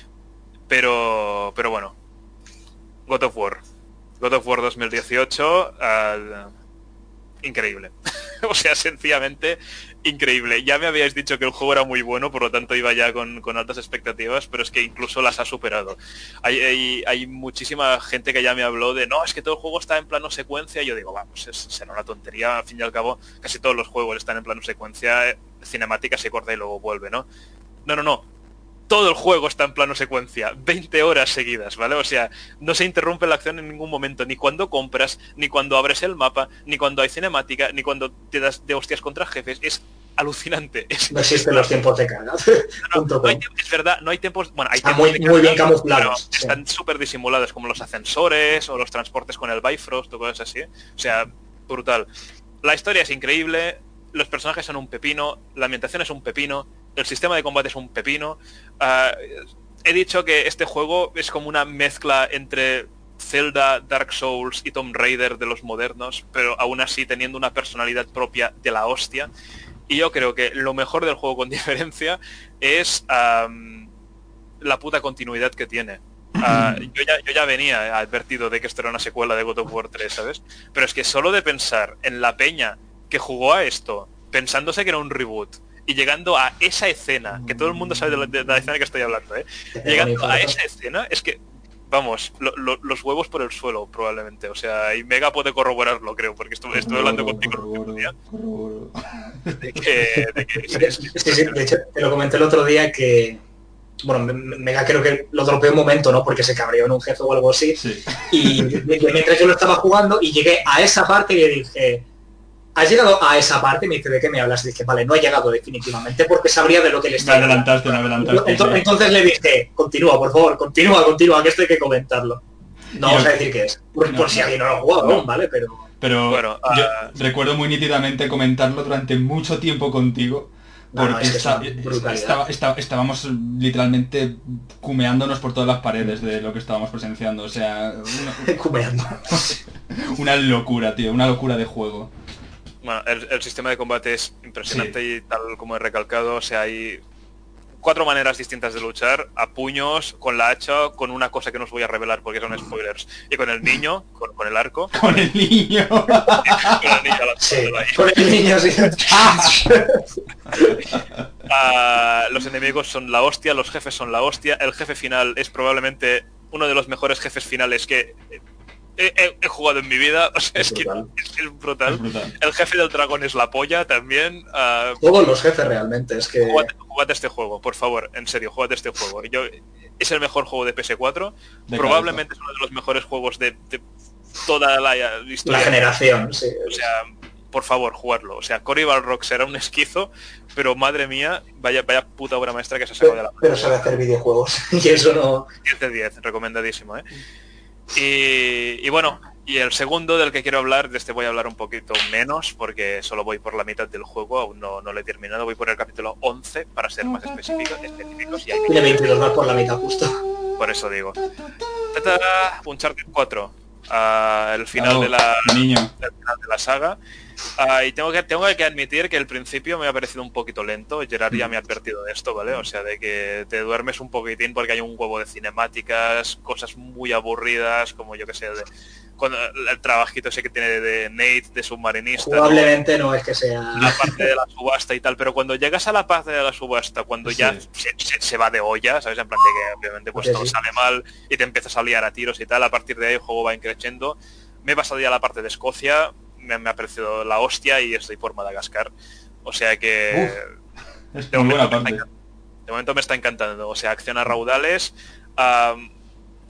Pero, pero bueno, God of War. God of War dos mil dieciocho, uh, increíble. O sea, sencillamente increíble. Ya me habíais dicho que el juego era muy bueno, por lo tanto iba ya con, con altas expectativas, pero es que incluso las ha superado. Hay, hay, hay muchísima gente que ya me habló de, no, es que todo el juego está en plano secuencia, y yo digo, vamos, es, será una tontería, al fin y al cabo, casi todos los juegos están en plano secuencia, cinemática se corta y luego vuelve, ¿no? No, no, no. Todo el juego está en plano secuencia, veinte horas seguidas, ¿vale? O sea, no se interrumpe la acción en ningún momento, ni cuando compras, ni cuando abres el mapa, ni cuando hay cinemática, ni cuando te das de hostias contra jefes. Es alucinante. Es... No existen los tiempos de carga. No, no, no hay, es verdad, no hay tiempos... Bueno, hay Está tiempos muy, de carga, muy bien camuflados. pero están Sí. súper disimulados, como los ascensores o los transportes con el Bifrost o cosas así. O sea, brutal. La historia es increíble, los personajes son un pepino, la ambientación es un pepino, el sistema de combate es un pepino. Uh, he dicho que este juego es como una mezcla entre Zelda, Dark Souls y Tomb Raider de los modernos, pero aún así teniendo una personalidad propia de la hostia. Y yo creo que lo mejor del juego, con diferencia, es um, la puta continuidad que tiene. Uh, yo, ya, yo ya venía advertido de que esto era una secuela de God of War tres, ¿sabes? Pero es que solo de pensar en la peña que jugó a esto, pensándose que era un reboot, y llegando a esa escena, que todo el mundo sabe de la, de la escena que estoy hablando, ¿eh? Llegando a esa escena, es que, vamos, lo, lo, los huevos por el suelo, probablemente. O sea, y Mega puede corroborarlo, creo, porque estuve, estuve hablando contigo el último día. De que... De que Sí, sí, sí, de hecho, te lo comenté el otro día que... Bueno, Mega creo que lo dropeé un momento, ¿no? Porque se cabreó en un jefe o algo así. Sí. Y mientras yo lo estaba jugando y llegué a esa parte y le dije... ¿Has llegado a esa parte? Me dice, ¿de qué me hablas? Y dije, vale, no he llegado definitivamente porque sabría de lo que le Me estoy hablando. adelantaste, me adelantaste. Entonces, entonces le dije, continúa, por favor, continúa, continúa, que esto hay que comentarlo. No vamos a decir qué es, por, no, por si no, alguien no lo ha jugado no. aún, ¿vale? Pero... Pero Bueno, yo uh... recuerdo muy nítidamente comentarlo durante mucho tiempo contigo. Porque no, no, es que está, es brutalidad. estaba, estaba, estábamos literalmente cumeándonos por todas las paredes de lo que estábamos presenciando. O sea, una, Cumeando. una locura, tío, una locura de juego. Bueno, el, el sistema de combate es impresionante, Sí. y tal como he recalcado, o sea, hay cuatro maneras distintas de luchar: a puños, con la hacha, con una cosa que no os voy a revelar porque son spoilers, y con el niño, con, con el arco. Con el niño. Con el niño Sí, lanzándolo ahí. con el niño, sí. Ah, los enemigos son la hostia, los jefes son la hostia, el jefe final es probablemente uno de los mejores jefes finales que he, he- he jugado en mi vida. O sea, Es es, que brutal. es, es brutal. Es brutal. El jefe del dragón es la polla también. Ah, Todos los jefes realmente, es que... jugate, jugate este juego, por favor, en serio, jugate este juego. Yo, es el mejor juego de P S cuatro, De probablemente es uno de los mejores juegos de, de toda la historia. La generación, sí. O sea, por favor, jugarlo. O sea, Cory Balrog será un esquizo, pero madre mía, vaya, vaya puta obra maestra que se ha sacado de la Pero, pero sabe hacer videojuegos y eso no... diez de diez, recomendadísimo, ¿eh? Y, y bueno, y el segundo del que quiero hablar, de este voy a hablar un poquito menos, porque solo voy por la mitad del juego, aún no, no lo he terminado, voy por el capítulo once, para ser más específicos, específicos y ahí Tiene veintidós más por la mitad justo. por eso digo. Tata, Uncharted cuatro, ah, el final Claro, de la niño. el final de la saga. Ah, y tengo que tengo que admitir que el principio me ha parecido un poquito lento. Gerard ya me ha advertido de esto, ¿vale? O sea, de que te duermes un poquitín porque hay un huevo de cinemáticas, cosas muy aburridas, como yo que sé, de, cuando, el trabajito ese que tiene de Nate, de submarinista, ¿no? Jugablemente no es que sea... La parte de la subasta y tal, pero cuando llegas a la parte de la subasta, cuando Sí. ya se, se- se va de olla, ¿sabes? En plan de que obviamente pues Sí, todo sí. sale mal y te empiezas a liar a tiros y tal, a partir de ahí el juego va increciendo. Me he pasado ya a la parte de Escocia, me, me ha parecido la hostia y estoy por Madagascar. O sea que Es de muy momento, buena me está parte. encantando. de momento me está encantando. O sea, acción a raudales. am,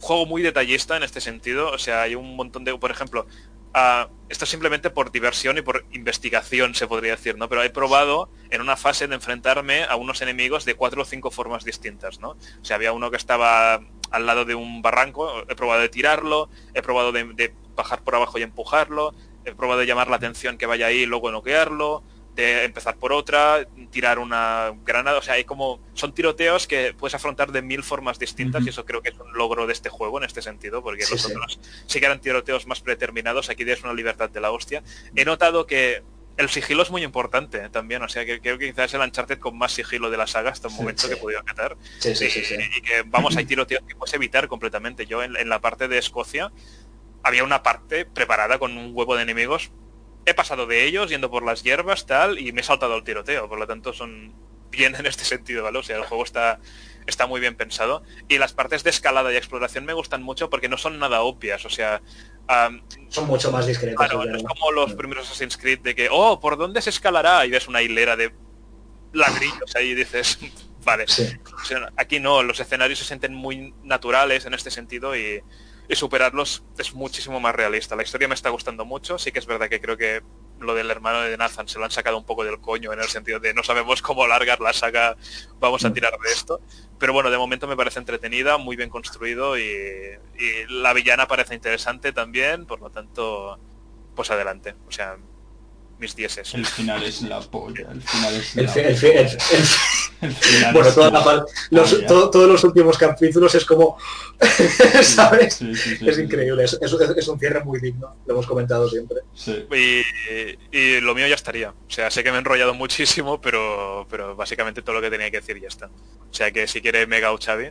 juego muy detallista en este sentido. O sea, hay un montón de... Por ejemplo, uh, esto simplemente por diversión y por investigación, se podría decir, ¿no? Pero he probado en una fase de enfrentarme a unos enemigos de cuatro o cinco formas distintas, ¿no? O sea, había uno que estaba al lado de un barranco, he probado de tirarlo, he probado de, de bajar por abajo y empujarlo, he probado de llamar la atención que vaya ahí y luego noquearlo, de empezar por otra, tirar una granada, o sea, hay como... Son tiroteos que puedes afrontar de mil formas distintas. Uh-huh. Y eso creo que es un logro de este juego en este sentido, porque sí, los sí. otros sí que eran tiroteos más predeterminados, aquí tienes una libertad de la hostia. He notado que el sigilo es muy importante también, o sea, que creo que quizás es el Uncharted con más sigilo de la saga hasta el momento sí, sí. que he podido meter. Sí, sí, y, sí, sí. y que, vamos, hay tiroteos que puedes evitar completamente. Yo en, en la parte de Escocia había una parte preparada con un huevo de enemigos. He pasado de ellos yendo por las hierbas, tal, y me he saltado el tiroteo, por lo tanto son bien en este sentido, ¿vale? O sea, el juego está, está muy bien pensado. Y las partes de escalada y exploración me gustan mucho porque no son nada obvias, o sea... Um, son mucho más discretas. Claro, no es como los primeros Assassin's Creed de que, oh, ¿por dónde se escalará? Y ves una hilera de ladrillos ahí y dices, vale. Sí. O sea, aquí no, los escenarios se sienten muy naturales en este sentido y... y superarlos es muchísimo más realista. La historia me está gustando mucho, sí que es verdad que creo que lo del hermano de Nathan se lo han sacado un poco del coño en el sentido de no sabemos cómo alargar la saga, vamos a tirar de esto, pero bueno, de momento me parece entretenida, muy bien construido y, y la villana parece interesante también, por lo tanto, pues adelante, o sea, mis dieces. El final es la polla, el final es el la fi- polla. El fi- el fi- el fi- El final bueno, es toda la la par- los, polla. todo- todos los últimos capítulos es como, ¿sabes? Sí, sí, sí, es sí, increíble, es, es, es un cierre muy digno, lo hemos comentado siempre. Sí. Y, y lo mío ya estaría. O sea, sé que me he enrollado muchísimo, pero, pero básicamente todo lo que tenía que decir ya está. O sea que si quiere Mega o Xavi.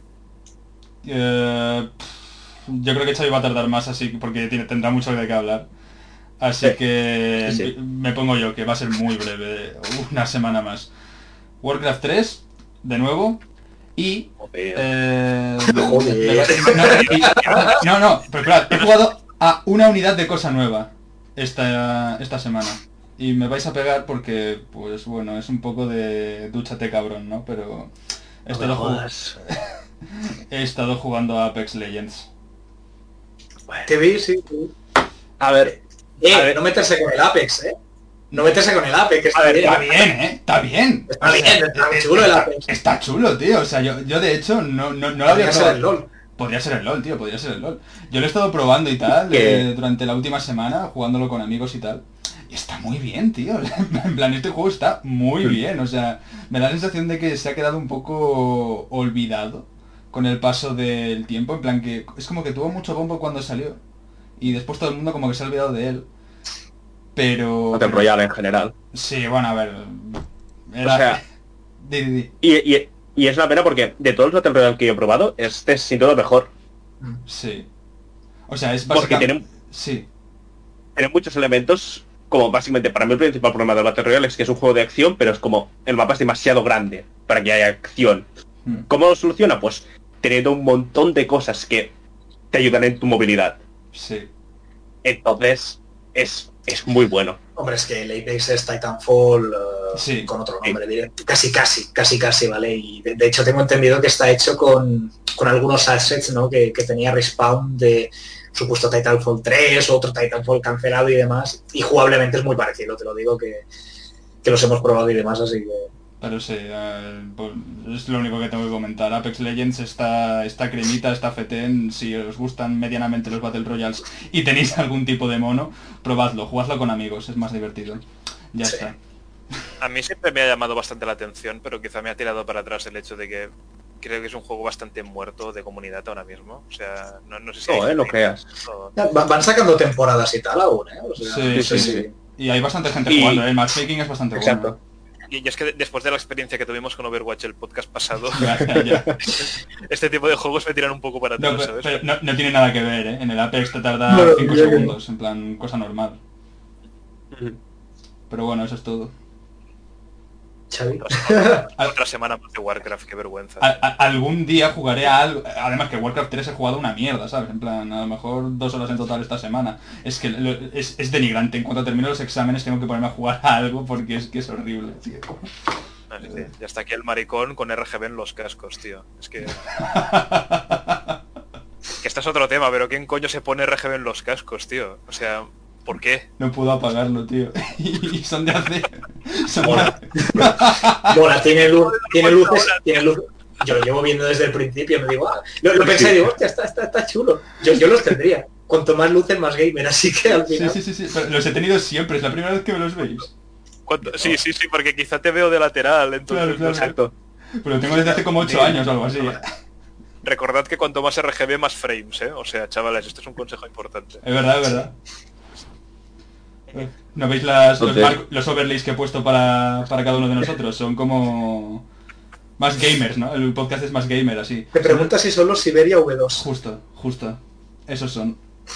Eh, yo creo que Xavi va a tardar más así porque tiene, tendrá mucho de qué hablar. Así Sí. que Sí, sí. me pongo yo, que va a ser muy breve, una semana más. Warcraft tres, de nuevo, y... Joder. eh, Joder. no, y- no, no, pero esperad, he jugado a una unidad de cosa nueva esta, esta semana. Y me vais a pegar porque, pues bueno, es un poco de dúchate cabrón, ¿no? Pero he No estado, me ju- jodas. he estado jugando a Apex Legends. Te vi, sí. sí. A ver, Eh, A ver. no meterse con el Apex, ¿eh? No meterse con el Apex, que está A ver, bien. Está bien, ¿eh? Está bien. Está bien, está muy chulo el está, Apex. está chulo, tío. O sea, yo, yo de hecho no, no, no lo había Podría ser probado. el LOL. Podría ser el LOL, tío, podría ser el LOL. Yo lo he estado probando y tal ¿Qué? eh, durante la última semana, jugándolo con amigos y tal. Y está muy bien, tío. En plan, este juego está muy bien. O sea, me da la sensación de que se ha quedado un poco olvidado con el paso del tiempo. En plan que es como que tuvo mucho bombo cuando salió. Y después todo el mundo como que se ha olvidado de él. Pero... Battle Royale en general. Sí, bueno, a ver... Era... O sea- Di, di, di. Y, y, y es una pena porque de todos los Battle Royale que yo he probado, este es sin todo mejor. Sí. O sea, es Porque básicamente... tienen, Sí. tienen muchos elementos, como básicamente para mí el principal problema del Battle Royale es que es un juego de acción, pero es como el mapa es demasiado grande para que haya acción. Mm. ¿Cómo lo soluciona? Pues teniendo un montón de cosas que te ayudan en tu movilidad. Sí. Entonces, es, es muy bueno. Hombre, es que el Apex es Titanfall eh, Sí. con otro nombre, diré. Casi, casi, casi, casi, ¿vale? Y de, de hecho tengo entendido que está hecho con, con algunos assets, ¿no? Que, que tenía Respawn de supuesto Titanfall tres, otro Titanfall cancelado y demás. Y jugablemente es muy parecido, te lo digo, que, que los hemos probado y demás, así que... Pero sí, eh, pues, es lo único que tengo que comentar. Apex Legends está, está cremita, está fetén. Si os gustan medianamente los Battle Royales y tenéis algún tipo de mono, probadlo, jugadlo con amigos, es más divertido. Ya Sí. está. A mí siempre me ha llamado bastante la atención, pero quizá me ha tirado para atrás el hecho de que creo que es un juego bastante muerto de comunidad ahora mismo. O sea, no, no sé si... No, hay eh, no gente- creas. o- Ya, va- van sacando temporadas y tal aún, ¿eh? O sea, Sí, sí, sí. Y hay bastante gente Y- jugando, ¿eh? El matchmaking es bastante Exacto. Y y es que después de la experiencia que tuvimos con Overwatch el podcast pasado, bueno. Ya, ya, ya. este tipo de juegos me tiran un poco para atrás, No, pero, ¿sabes? pero no, no tiene nada que ver, ¿eh? En el Apex te tarda No, cinco ya que no. segundos, en plan, cosa normal. Pero bueno, eso es todo. Xavi. Otra semana más de Warcraft, qué vergüenza. A- a- algún día jugaré a algo... Además que Warcraft tres he jugado una mierda, ¿sabes? En plan, a lo mejor dos horas en total esta semana. Es que lo- es, es denigrante. En cuanto termino los exámenes tengo que ponerme a jugar a algo porque es que es horrible, tío. No sé, tío. Ya está aquí el maricón con R G B en los cascos, tío. Es que... que este es otro tema, pero ¿quién coño se pone R G B en los cascos, tío? O sea, ¿por qué? No puedo apagarlo, tío. Y son de hace... Son de Mola. hace- Mola, tiene, luz, tiene luces, tiene luz. Yo lo llevo viendo desde el principio, me digo, ah, lo, lo pensé y digo, hostia, está, está, está chulo. Yo, yo los tendría. Cuanto más luces, más gamer, así que al Sí, final... sí, sí, sí. Pero los he tenido siempre, es la primera vez que me los veis. ¿Cuánto? Sí, sí, sí, porque quizá te veo de lateral, entonces... Claro, claro. no sé. Exacto. Pero lo tengo desde hace como ocho años o algo así. ¿eh? Recordad que cuanto más R G B, más frames, ¿eh? O sea, chavales, esto es un consejo importante. Es verdad, es verdad. ¿No veis las, los, Entonces- mar- los overlays que he puesto para, para cada uno de nosotros? Son como... Más gamers, ¿no? El podcast es más gamer, así. Te preguntas si son los Siberia V dos. Justo, justo. Esos son.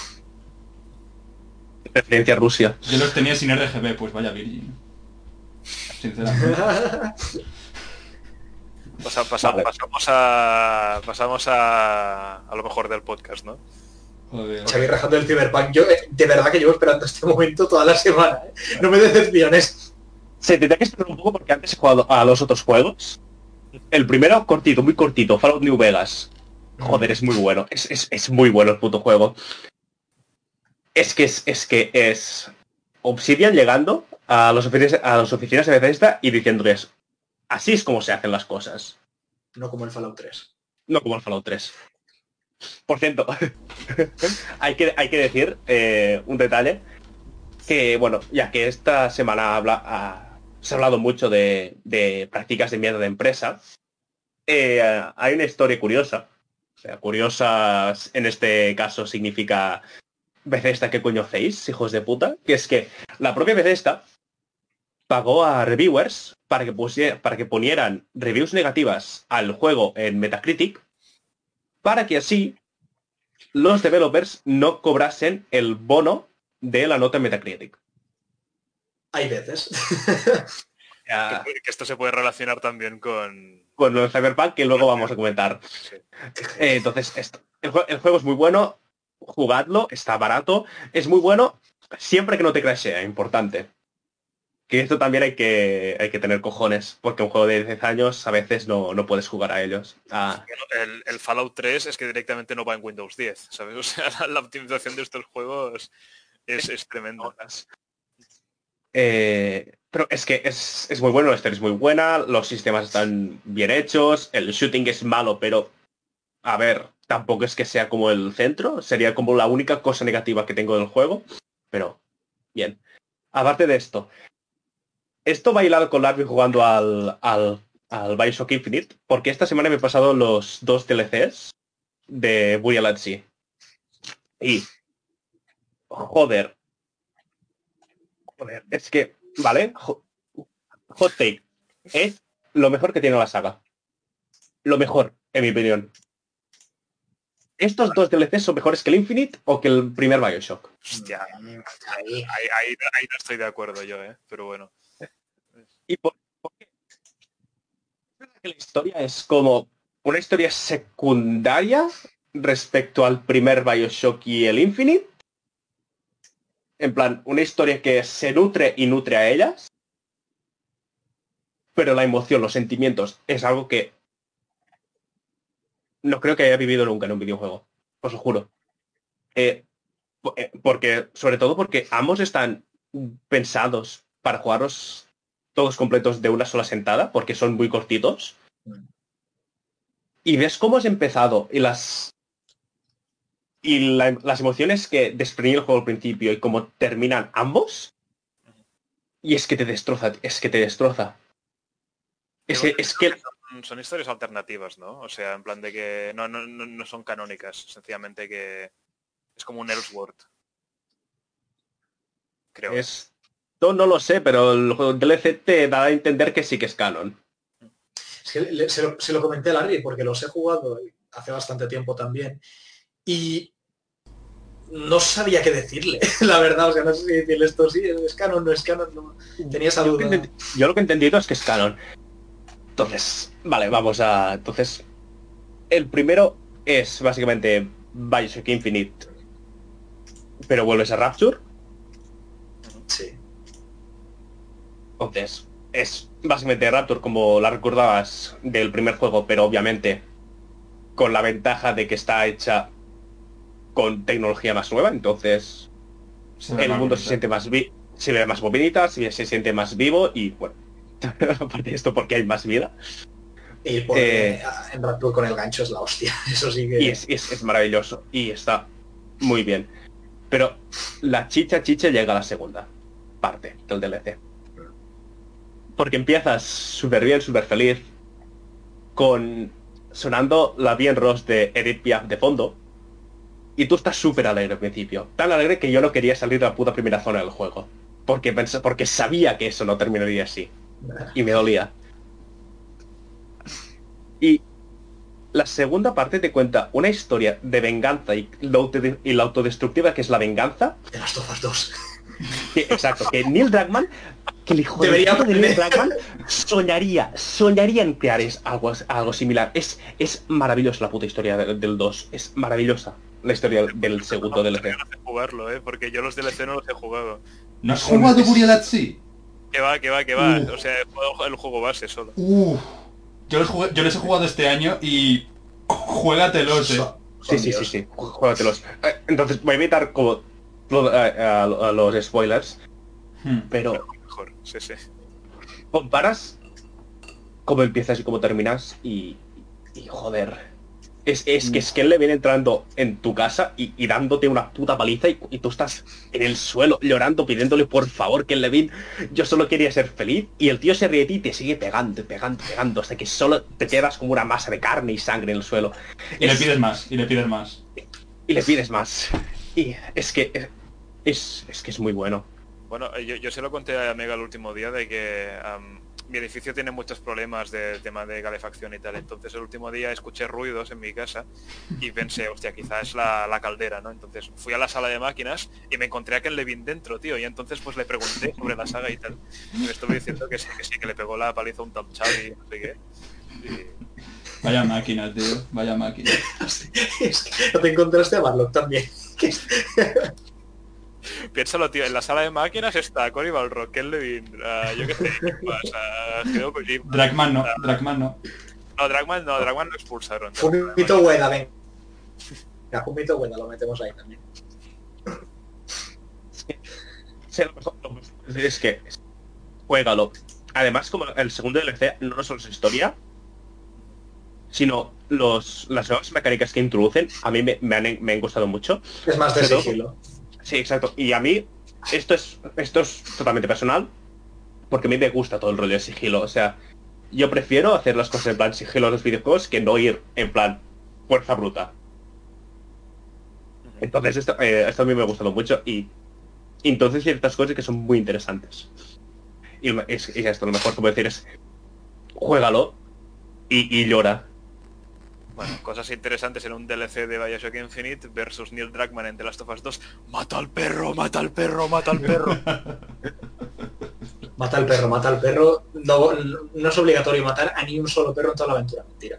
Referencia a Rusia. Yo los tenía sin R G B, pues vaya Virgin. Sinceramente. Pasa- pasa- Vale. Pasamos a... Pasamos a... a lo mejor del podcast, ¿no? Joder. Xavi rajando el Cyberpunk. Yo, eh, de verdad que llevo esperando este momento toda la semana. ¿eh? No me decepciones. Se tendría que esperar un poco porque antes he jugado a los otros juegos. El primero, cortito, muy cortito, Fallout New Vegas. Joder, es muy bueno. Es, es, es muy bueno el puto juego. Es que es, es que es Obsidian llegando a, los oficinas, a las oficinas de Bethesda y diciéndoles, así es como se hacen las cosas. No como el Fallout tres. No como el Fallout tres. Por cierto, hay, que, hay que decir eh, un detalle, que bueno, ya que esta semana habla, ah, se ha hablado mucho de, de prácticas de mierda de empresa, eh, hay una historia curiosa. O sea, curiosa en este caso significa Bethesda, ¿qué coño hacéis, hijos de puta? Que es que la propia Bethesda pagó a reviewers para que, pusie- para que ponieran reviews negativas al juego en Metacritic, para que así los developers no cobrasen el bono de la nota en Metacritic. Hay veces. Ya, Que, que esto se puede relacionar también con... con lo de Cyberpunk, que luego vamos a comentar. sí. Eh, entonces, esto, el, jue- el juego es muy bueno, jugadlo, está barato, es muy bueno, siempre que no te crashea, importante. Que esto también hay que, hay que tener cojones, porque un juego de diez años a veces no, no puedes jugar a ellos. Ah, Bueno, el, el Fallout tres es que directamente no va en Windows diez, ¿sabes? O sea, la, la optimización de estos juegos es, es tremenda. Eh, pero es que es, es muy bueno, la historia es muy buena, los sistemas están bien hechos, el shooting es malo, pero a ver, tampoco es que sea como el centro, sería como la única cosa negativa que tengo del juego, pero bien. Aparte de esto, esto va hilado con Larry jugando al, al, al Bioshock Infinite, porque esta semana me he pasado los dos D L Cs de Burial at Sea. Y, joder, joder, es que, ¿vale? Jo- Hot take. Es lo mejor que tiene la saga. Lo mejor, en mi opinión. ¿Estos dos D L Cs son mejores que el Infinite o que el primer Bioshock? Hostia, Ahí. ahí, ahí, ahí no estoy de acuerdo yo, ¿eh? Pero bueno. ¿Y por, por qué? Es verdad que la historia es como una historia secundaria respecto al primer Bioshock y el Infinite. En plan, una historia que se nutre y nutre a ellas. Pero la emoción, los sentimientos, es algo que no creo que haya vivido nunca en un videojuego. Os lo juro. Eh, po- eh, porque, sobre todo porque ambos están pensados para jugarlos todos completos de una sola sentada, porque son muy cortitos. Y ves cómo has empezado y las y la- las emociones que desprendía el juego al principio y cómo terminan ambos. Y es que te destroza, es que te destroza. Es que, es que Son, son historias alternativas, ¿no? O sea, en plan de que no, no, no no son canónicas, sencillamente que es como un Elseworld. Creo. es... No, no lo sé, pero el juego D L C te da a entender que sí que es canon. Es que le- se, lo, se lo comenté a Larry porque los he jugado hace bastante tiempo también. Y no sabía qué decirle, la verdad. O sea, no sé si decirle esto sí, es canon, no es canon. No. Tenía esa Yo lo, que duda. enten- yo lo que he entendido es que es canon. Entonces, vale, vamos a... Entonces, el primero es básicamente Bioshock Infinite, pero vuelves a Rapture. Sí. Entonces, es básicamente Rapture como la recordabas del primer juego, pero obviamente con la ventaja de que está hecha con tecnología más nueva, entonces Se ve el más mundo bonito. se siente más vi se ve más bonita, se, se siente más vivo y bueno, aparte de esto porque hay más vida. Y porque Eh, en Radpool con el gancho es la hostia. Eso sí que... Y es, es, es maravilloso y está muy bien. Pero la chicha chicha llega a la segunda parte del D L C. Porque empiezas súper bien, súper feliz, con sonando la Bien Ross de Edith Piaf de fondo. Y tú estás súper alegre al principio. Tan alegre que yo no quería salir de la puta primera zona del juego. Porque, pensé, porque sabía que eso no terminaría así. Y me dolía. Y la segunda parte te cuenta una historia de venganza y, la auto- y la autodestructiva que es la venganza. De las Tofas dos. Que, exacto, que Neil Druckmann, que el hijo de, Debería puta de Neil aprender. Druckmann soñaría, soñaría en crear es algo, algo similar. Es, es maravillosa la puta historia de- del dos. Es maravillosa la historia del segundo D L C. No sé jugarlo, ¿eh? Porque yo los D L C no los he jugado. ¿No has jugado Burial at Sea? Que va, que va, que va. Uf. O sea, he jugado el juego base solo. Uf. Yo los, jugué- yo les he jugado este año y... Juégatelos, eh. Son- Sí, son sí, sí, Dios. sí. Ju- Juégatelos. Eh, Entonces voy a evitar como lo- a- a- a los spoilers, Hmm. pero Mejor, sí, sí. comparas cómo empiezas y cómo terminas y, y joder. Es, es que es que él le viene entrando en tu casa y, y dándote una puta paliza y, y tú estás en el suelo llorando, pidiéndole por favor que el Levin, yo solo quería ser feliz y el tío se ríe de ti y te sigue pegando, pegando, pegando hasta que solo te quedas como una masa de carne y sangre en el suelo. Y le Es- pides más, y le pides más. y le pides más. Y es que es, es que es muy bueno. Bueno, eh, yo, yo se lo conté a Mega el último día de que am, mi edificio tiene muchos problemas de tema de calefacción y tal. Entonces el último día escuché ruidos en mi casa y pensé, hostia, quizás es la, la caldera, ¿no? Entonces fui a la sala de máquinas y me encontré a Ken Levin dentro, tío. Y entonces pues le pregunté sobre la saga y tal. Y me estuve diciendo que sí, que sí, que le pegó la paliza a un tal Xavi, no sé qué. Y- Vaya máquina, tío. Vaya máquina. Es que no te encontraste a Barlock también. Que es- Piénsalo, tío, en la sala de máquinas está Cory Balrog, Ken Levin, uh, yo qué sé, ¿qué pasa? Hideo Kojima. Dragman no, Dragman no. No, Dragman no, Dragman lo expulsaron. Fumito Ueda, venga. A Fumito Ueda lo metemos ahí también. Sí, lo mejor- lo mejor es que juégalo. Además, como el segundo D L C no solo es historia, sino los, las nuevas mecánicas que introducen, a mí me, me han, me han gustado mucho. Es más de Pero- sigilo. Sí, exacto. Y a mí, esto es, esto es totalmente personal, porque a mí me gusta todo el rollo de sigilo. O sea, yo prefiero hacer las cosas en plan sigilo en los videojuegos que no ir en plan fuerza bruta. Entonces esto, eh, esto a mí me ha gustado mucho y entonces ciertas cosas que son muy interesantes. Y, lo- es, y esto lo mejor que puedo decir es juégalo y, y llora. Bueno, cosas interesantes en un D L C de Bioshock Infinite versus Neil Druckmann en The Last of Us dos. ¡Mata al perro, mata al perro, mata al perro! Mata al perro, mata al perro. No, no es obligatorio matar a ni un solo perro en toda la aventura. Mentira.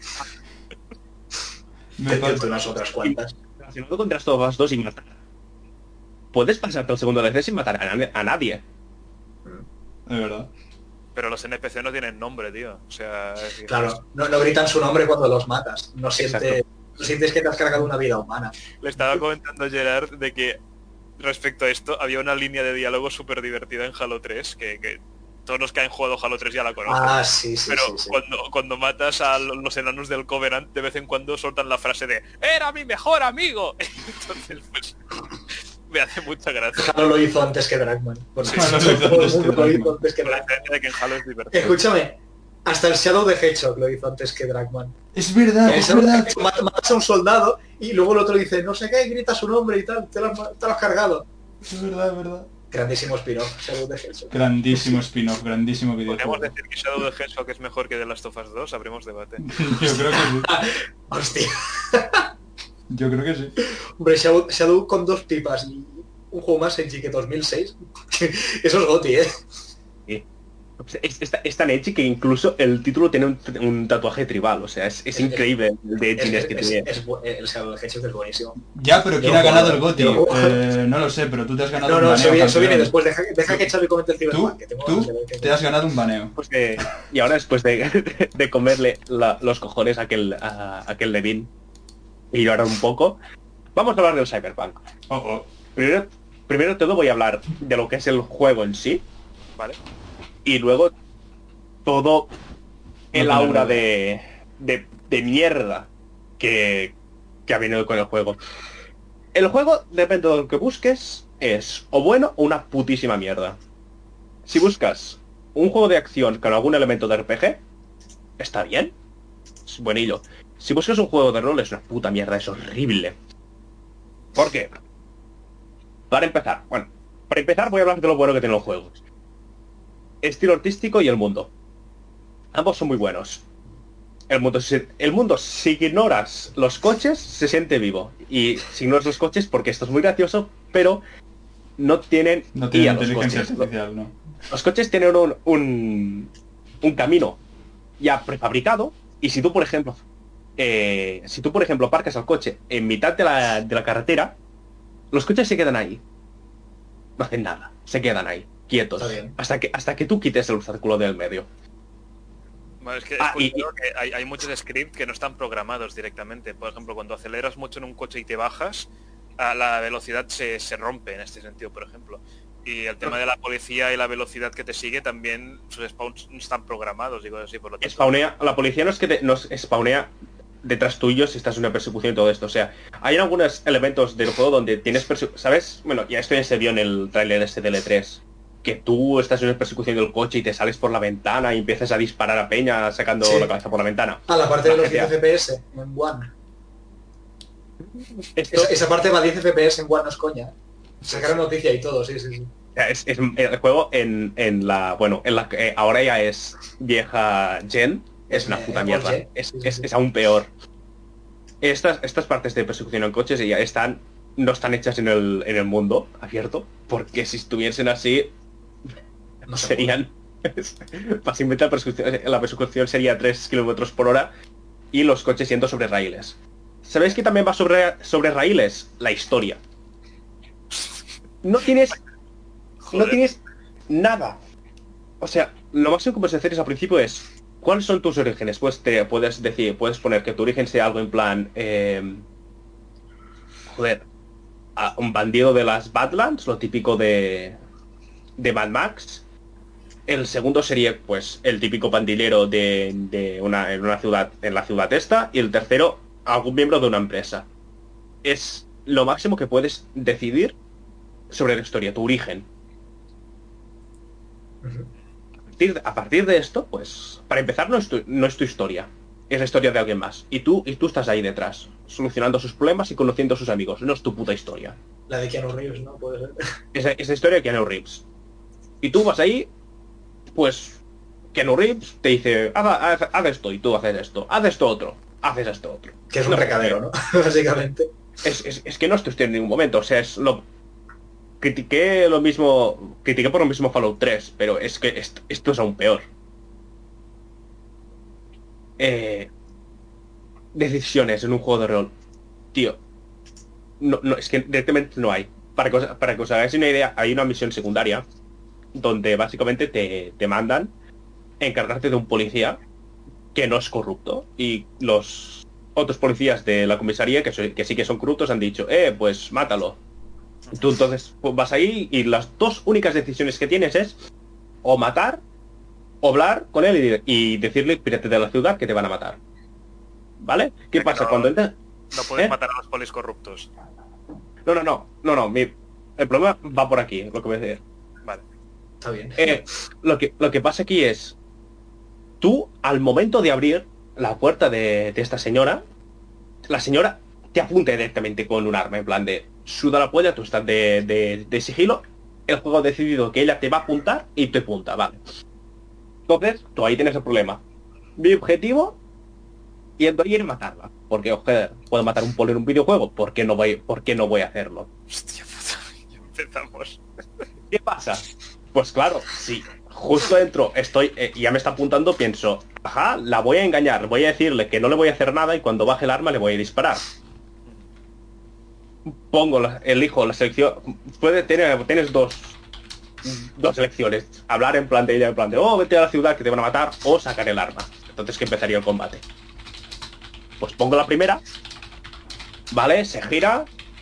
Me Te pa- cuento unas otras cuantas. Relacionado con The Last of Us dos y matar. Puedes pasarte el segundo D L C sin matar a, na- a nadie. De verdad. Pero los N P C no tienen nombre, tío. O sea, es que- Claro, no, no gritan su nombre cuando los matas. No sientes, Exacto. no sientes que te has cargado una vida humana. Le estaba comentando a Gerard de que respecto a esto había una línea de diálogo súper divertida en Halo tres, que, que todos los que han jugado Halo tres ya la conocen. Ah, sí, sí, Pero sí, sí. cuando, cuando matas a lo- los enanos del Covenant, de vez en cuando soltan la frase de ¡Era mi mejor amigo! Entonces, pues, me hace mucha gracia. Halo lo hizo antes que Dragman. Bueno, Sí, Halo lo hizo todo el antes que mundo lo hizo Dragman. antes que Con la Dragman. diferencia de que en Halo es divertido. Escúchame, hasta el Shadow de Hedgehog lo hizo antes que Dragman. Es verdad, En el es Shadow de verdad. Hedgehog mat- matas a un soldado y luego el otro dice no sé qué, y grita su nombre y tal, te lo has, ma- te lo has cargado. Es verdad, es verdad. Grandísimo spin-off, Shadow de Hedgehog. Grandísimo spin-off, grandísimo ¿Podríamos videojuego. decir que Shadow the Hedgehog es mejor que The Last of Us dos? Abrimos debate. Yo creo que sí. Hostia. Yo creo que sí. Hombre, Shadow, Shadow con dos pipas y un juego más en G que dos mil seis. Eso es goti, ¿eh? O sea, Es, es, ta- es tan edgy que incluso el título tiene un, un tatuaje tribal. O sea, es, es Es- increíble el de Es, edginess es, que es, tiene. es bu- el Shadow de Hedgehog es buenísimo. Ya, pero ¿quién Yo ha ganado juego, el GOTY? yo juego. Eh, no lo sé, pero tú te has ganado No, un no, baneo. eso viene, eso campeón. viene después. Deja, deja que Xavi comente el Tú, Cyberpunk. Que tengo tú ganas de ver qué- te has ganado un baneo. Pues que- y ahora después de, de comerle la- los cojones a aquel, a, a aquel Levin y llorar un poco, Vamos a hablar del Cyberpunk. Oh, oh. Primero, primero de todo voy a hablar de lo que es el juego en sí. Vale. Y luego todo el No aura tenerlo. de, de, de mierda que, que ha venido con el juego. El juego, depende de lo que busques, es o bueno o una putísima mierda. Si buscas un juego de acción con algún elemento de R P G, está bien. Es buenillo. Si buscas un juego de rol, es una puta mierda, es horrible. ¿Por qué? Para empezar, bueno, para empezar voy a hablar de lo bueno que tienen los juegos. Estilo artístico y el mundo. Ambos son muy buenos. El mundo, se- el mundo, si ignoras los coches, se siente vivo. Y si ignoras los coches, porque esto es muy gracioso, pero no tienen No I tiene A los inteligencia coches. artificial, ¿no? Los coches tienen un, un, un camino ya prefabricado, y si tú, por ejemplo, eh, si tú, por ejemplo, aparcas al coche en mitad de la, de la carretera, los coches se quedan ahí. No hacen nada, se quedan ahí, quietos, Está bien. hasta que, hasta que tú quites el obstáculo del medio. Bueno, es que, es Ah, y- curioso que hay, hay muchos scripts que no están programados directamente. Por ejemplo, cuando aceleras mucho en un coche y te bajas, a la velocidad se, se rompe en este sentido, por ejemplo. Y el tema de la policía y la velocidad que te sigue también, sus spawns no están programados, digo así, por lo tanto. Spawnea, la policía no es que te, nos spawnea detrás tuyo si estás en una persecución y todo esto. O sea, hay algunos elementos del juego donde tienes perse- ¿sabes? Bueno, ya esto ya se vio en el tráiler este de L tres. Que tú estás en una persecución del coche y te sales por la ventana y empiezas a disparar a peña sacando Sí. la cabeza por la ventana. Ah, la parte de La los G T A. diez F P S en One. Esto Esa, esa parte va a diez F P S en One, no es coña. Sacaron noticia y todo, sí, sí, sí. es, es- el juego en, en la... Bueno, en la que ahora ya es vieja gen. Es una Eh, puta eh, mierda. Gen. Es, Sí, sí, es- sí. es aún peor. Estas, estas partes de persecución en coches ya están... No están hechas en el, en el mundo abierto. Porque si estuviesen así, No se serían... Fácilmente la persecución, la persecución sería tres kilómetros por hora y los coches yendo sobre raíles. ¿Sabéis que también va sobre, sobre raíles? La historia. No tienes... No Joder. tienes nada. O sea, lo máximo que puedes hacer es al principio es... ¿Cuáles son tus orígenes? Pues te puedes decir, puedes poner que tu origen sea algo en plan... eh, joder, a un bandido de las Badlands, lo típico de... de Mad Max. El segundo sería, pues, el típico pandillero de, de una, en una ciudad, en la ciudad esta. Y el tercero, algún miembro de una empresa. Es lo máximo que puedes decidir sobre la historia, tu origen. Ujú. A partir de, a partir de esto, pues, para empezar, no es, tu, no es tu historia. Es la historia de alguien más. Y tú, y tú estás ahí detrás, solucionando sus problemas y conociendo a sus amigos. No es tu puta historia. La de Keanu Reeves, ¿no? Puede ser. Esa, esa historia de Keanu Reeves. Y tú vas ahí, pues, Keanu Reeves te dice, haz, haz- haz esto, y tú haces esto. Haz esto otro. Haces esto otro. Que es un No, recadero, ¿no? Básicamente. Es, es, es que no estoy en ningún momento. O sea, es lo... Critiqué lo mismo... Critiqué por lo mismo Fallout tres, pero es que esto, esto es aún peor. Eh, decisiones en un juego de rol. Tío. No, no, es que directamente no hay. Para que os, para que os hagáis una idea, hay una misión secundaria donde básicamente te, te mandan encargarte de un policía que no es corrupto. Y los otros policías de la comisaría, que, so- que sí que son corruptos, han dicho, eh, pues mátalo. Tú entonces pues, vas ahí y las dos únicas decisiones que tienes es o matar o hablar con él y, y decirle, pírate de la ciudad que te van a matar. ¿Vale? ¿Qué Que pasa? no- Cuando entras... No puedes ¿Eh? matar a los polis corruptos. No, no, no, no, no, mi- el problema va por aquí, lo que voy a decir. Vale. Está bien. Eh, lo, que, lo que pasa aquí es, tú al momento de abrir la puerta de, de esta señora, la señora te apunta directamente con un arma, en plan de, suda la polla, tú estás de, de, de sigilo, el juego ha decidido que ella te va a apuntar y te apunta, vale. Entonces, tú ahí tienes el problema. Mi objetivo, yendo ahí, es matarla. Porque, joder, puedo matar un poli en un videojuego, ¿por qué no voy, por qué no voy a hacerlo? Hostia puta, ya empezamos. ¿Qué pasa? Pues claro, sí. Justo dentro estoy, eh, ya me está apuntando, pienso, ajá, la voy a engañar, voy a decirle que no le voy a hacer nada y cuando baje el arma le voy a disparar. Pongo, la, elijo la selección, puede tener, tienes dos, dos elecciones, hablar en plan de ella, en plan de, oh, vete a la ciudad que te van a matar, o sacar el arma. Entonces que empezaría el combate. Pues pongo la primera, vale, se gira,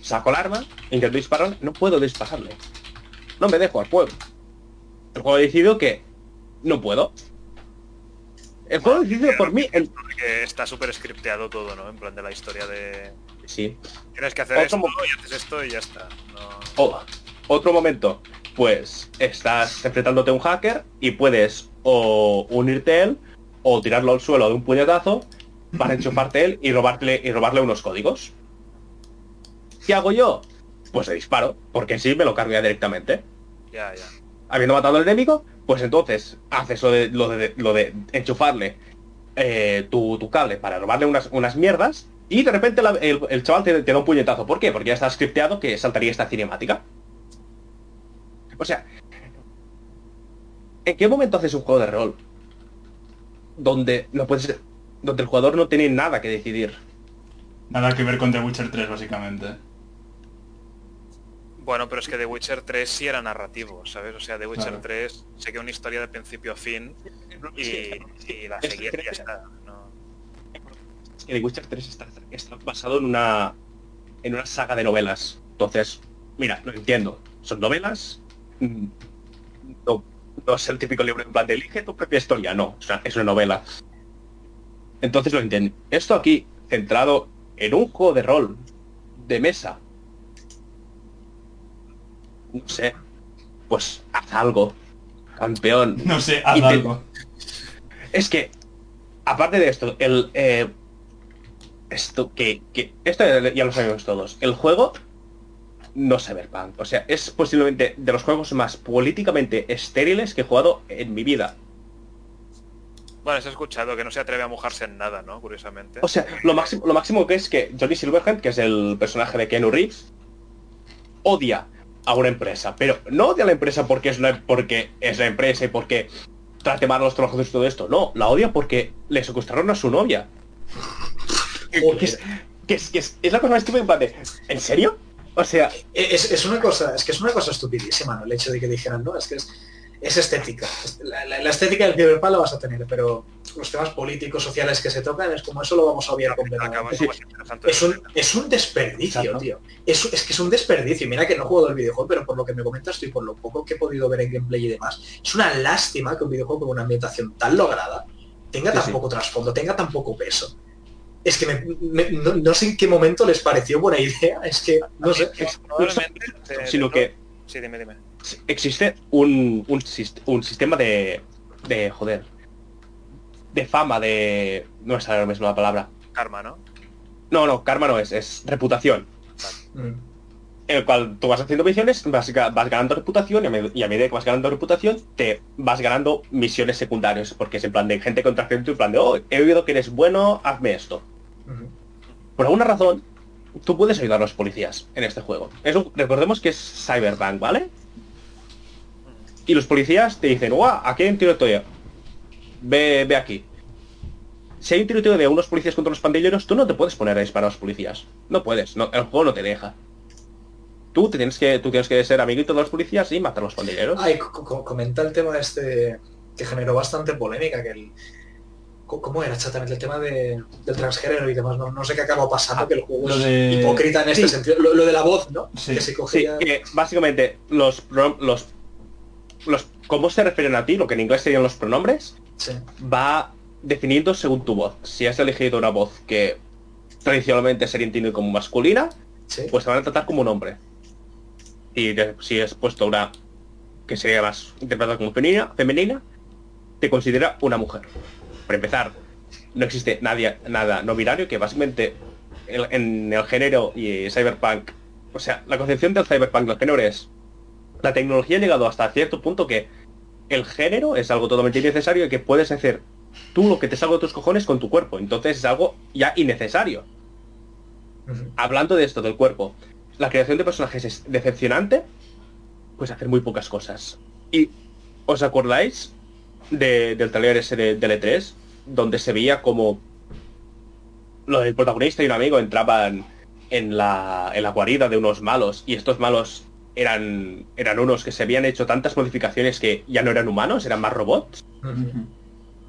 saco el arma, intento dispararle, no puedo dispararle. No me dejo al juego. El juego ha decidido que no puedo. El juego ha decidido por mí... El... Que está súper scripteado todo, ¿no? En plan de la historia de... Sí. Tienes que hacer Otro esto mo- y haces esto y ya está. No... Oh, otro momento. Pues estás enfrentándote a un hacker y puedes o unirte a él o tirarlo al suelo de un puñetazo para enchufarte él y robarle, y robarle unos códigos. ¿Qué hago yo? Pues le disparo, porque sí me lo cargo ya directamente. Ya, ya. Habiendo matado al enemigo, pues entonces haces lo de, lo de, lo de enchufarle eh, tu, tu cable para robarle unas, unas mierdas y de repente la- el, el chaval te, te da un puñetazo. ¿Por qué? Porque ya está scripteado que saltaría esta cinemática. O sea, ¿en qué momento haces un juego de rol donde no puedes, donde el jugador no tiene nada que decidir? Nada que ver con The Witcher tres, básicamente. Bueno, pero es que The Witcher tres sí era narrativo, ¿sabes? O sea, The Witcher Claro. tres seguía una historia de principio a fin y, y la seguía y ya está. No. Que The Witcher tres está, está basado en una en una saga de novelas. Entonces, mira, lo entiendo. Son novelas. mm, No, no es el típico libro en plan de elige tu propia historia. No, es una, es una novela. Entonces lo entiendo. Esto aquí, centrado en un juego de rol de mesa. No sé. Pues haz algo. Campeón. No sé, haz Y te- algo. Es que, aparte de esto, el eh, esto que, que esto ya lo sabemos todos. El juego no es Cyberpunk. O sea, es posiblemente de los juegos más políticamente estériles que he jugado en mi vida. Bueno, se ha escuchado que no se atreve a mojarse en nada, ¿no? Curiosamente. O sea, lo máximo, lo máximo que es que Johnny Silverhand, que es el personaje de Keanu Reeves, odia a una empresa, pero no odia a la empresa porque es la, porque es la empresa y porque trate mal a los trabajadores y todo esto. No, la odia porque le secuestraron a su novia. Que, que es, que es, que es, es la cosa más estúpida en plan de, ¿en serio? O sea, Es, es una cosa, es que es una cosa estupidísima, ¿no? El hecho de que dijeran, no, es que es, es estética. La, la- la estética del Cyberpunk la vas a tener, pero los temas políticos, sociales que se tocan, es como eso lo vamos a obviar Acaba completamente. siendo más interesante. Es un, es un desperdicio, Exacto. tío. Es, es que es un desperdicio. Mira que no he jugado el videojuego, pero por lo que me comentas tú y por lo poco que he podido ver en gameplay y demás, es una lástima que un videojuego con una ambientación tan lograda tenga Sí, tan sí. poco trasfondo, tenga tan poco peso. Es que me- me- no, no sé en qué momento les pareció buena idea. Es que, no sé. Probablemente, eh, sino no- que Sí, dime, dime. existe un, un, sist- un sistema de, de, joder, de fama, de... no me sale ahora mismo la palabra. Karma, ¿no? No, no, karma no es, es reputación. Mm. En el cual tú vas haciendo misiones, vas, ga- vas ganando reputación y a, med- y a medida que vas ganando reputación, te vas ganando misiones secundarias, porque es en plan de gente contra gente, en plan de, oh, he oído que eres bueno, hazme esto. Ujú. Por alguna razón, tú puedes ayudar a los policías en este juego. Es un- recordemos que es Cyberpunk, ¿vale? Y los policías te dicen, guau, aquí hay un tiroteo. Ve, ve aquí. Si hay un tiroteo de unos policías contra los pandilleros, tú no te puedes poner a disparar a los policías. No puedes, no, el juego no te deja. Tú te tienes que, tú tienes que ser amiguito de los policías y matar a los pandilleros. Ay, co- co- comenta el tema este que generó bastante polémica, que el... co- ¿Cómo era exactamente el tema de, del transgénero y demás? No, no sé qué acabó pasando, Ah, que el juego lo es de- hipócrita en este Sí. sentido. Lo, lo de la voz, ¿no? Sí. Que se Sí, cogía... que básicamente los, pro- los, los, cómo se refieren a ti, lo que en inglés serían los pronombres, Sí. va definiendo según tu voz. Si has elegido una voz que tradicionalmente sería entendida como masculina, Sí. pues te van a tratar como un hombre. Y de- si has puesto una que sería más interpretada como femenina, femenina, te considera una mujer. Para empezar, no existe nadie, nada no binario, que básicamente el- en el género y Cyberpunk, o sea, la concepción del Cyberpunk del género es, la tecnología ha llegado hasta cierto punto que el género es algo totalmente innecesario y que puedes hacer tú lo que te salga de tus cojones con tu cuerpo. Entonces es algo ya innecesario. Ujú. Hablando de esto, del cuerpo, la creación de personajes es decepcionante, pues hacer muy pocas cosas. ¿Y os acordáis de- del trailer ese de, del E tres, donde se veía como lo del protagonista y un amigo entraban en la, en la guarida de unos malos y estos malos eran, eran unos que se habían hecho tantas modificaciones que ya no eran humanos, eran más robots? Ujú.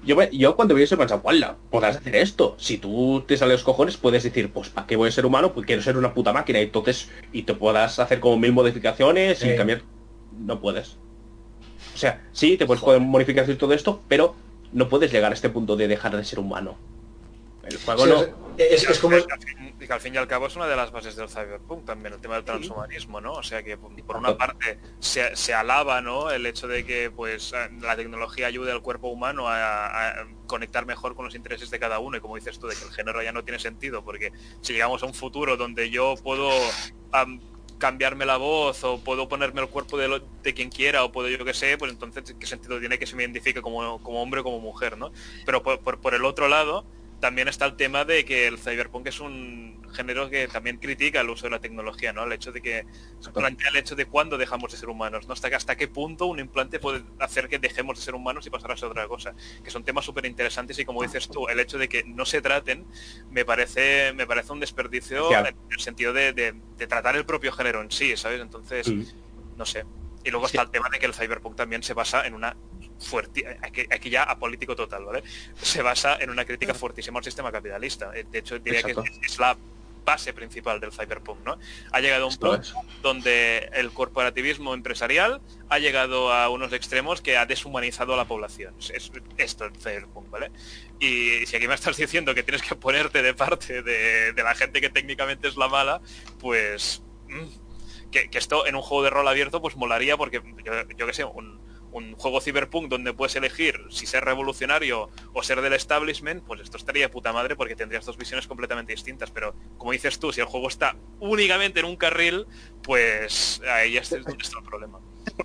Yo, me- yo cuando vi eso he pensado, ¡guala! Podrás hacer esto. Si tú te sales los cojones, puedes decir, pues ¿para qué voy a ser humano? Pues quiero ser una puta máquina. Y entonces, y te puedas hacer como mil modificaciones y Eh. cambiar. No puedes. O sea, sí, te puedes Joder. poder modificar y todo esto, pero no puedes llegar a este punto de dejar de ser humano. El juego Sí, no. es, es como... Que al fin- que al fin y al cabo es una de las bases del cyberpunk también, el tema del transhumanismo, ¿no? O sea que por por una parte se, se alaba, ¿no? El hecho de que pues la tecnología ayude al cuerpo humano a, a conectar mejor con los intereses de cada uno y como dices tú, de que el género ya no tiene sentido, porque si llegamos a un futuro donde yo puedo am, cambiarme la voz o puedo ponerme el cuerpo de, lo- de quien quiera o puedo yo que sé, pues entonces qué sentido tiene que se me identifique como, como hombre o como mujer, ¿no? Pero por, por, por el otro lado también está el tema de que el cyberpunk es un género que también critica el uso de la tecnología, ¿no? El hecho de que se plantea el hecho de cuándo dejamos de ser humanos, ¿no? Hasta, que- hasta qué punto un implante puede hacer que dejemos de ser humanos y pasar a ser otra cosa. Que son temas súper interesantes y como dices tú, el hecho de que no se traten me parece me parece un desperdicio Claro. en el sentido de, de- de tratar el propio género en sí, ¿sabes? Entonces, Mm. no sé. Y luego Sí. está el tema de que el cyberpunk también se basa en una fuerte, aquí, aquí ya apolítico total, ¿vale? Se basa en una crítica fuertísima al sistema capitalista. De hecho, diría Exacto. que es, es la base principal del cyberpunk, ¿no? Ha llegado a un Esto punto es. donde el corporativismo empresarial ha llegado a unos extremos que ha deshumanizado a la población. Es, es esto el cyberpunk, ¿vale? Y si aquí me estás diciendo que tienes que ponerte de parte de, de la gente que técnicamente es la mala, pues... mm, que, que esto en un juego de rol abierto pues molaría porque yo, yo que sé, un, un juego cyberpunk donde puedes elegir si ser revolucionario o ser del establishment, pues esto estaría de puta madre porque tendrías dos visiones completamente distintas, pero como dices tú, si el juego está únicamente en un carril, pues ahí es donde está el problema.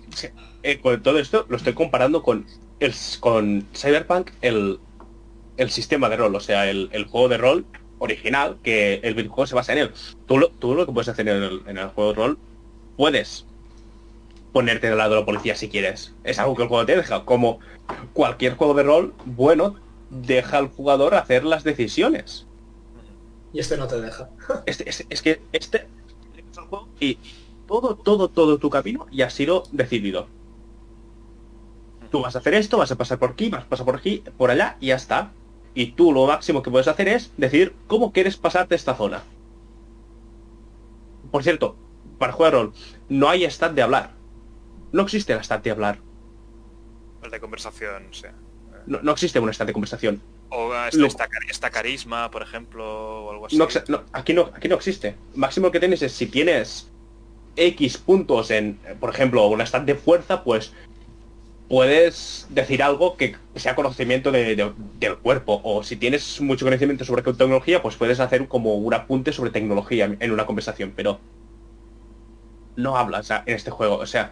Eh, con todo esto lo estoy comparando con el con Cyberpunk, el, el sistema de rol, o sea, el, el juego de rol original, que el videojuego se basa en él. Tú lo, tú lo que puedes hacer en el, en el juego de rol, puedes ponerte del lado de la policía si quieres. Es algo que el juego te deja. Como cualquier juego de rol, bueno, deja al jugador hacer las decisiones. Y este no te deja. Este, es, es que este es el juego y todo, todo, todo tu camino ya ha sido decidido. Tú vas a hacer esto, vas a pasar por aquí, vas a pasar por aquí, por allá y ya está. Y tú lo máximo que puedes hacer es decidir cómo quieres pasarte esta zona. Por cierto, para jugar rol, no hay stat de hablar. No existe la stat de hablar. El de conversación, sí. No, no existe una stat de conversación. O ah, Lo- esta, esta, esta carisma, por ejemplo, o algo así. No, ex- no, aquí no, aquí no existe. Máximo que tienes es si tienes X puntos en, eh, por ejemplo, una stat de fuerza, pues puedes decir algo que sea conocimiento de- de- del cuerpo. O si tienes mucho conocimiento sobre tecnología, pues puedes hacer como un apunte sobre tecnología en una conversación, pero no hablas en este juego. O sea,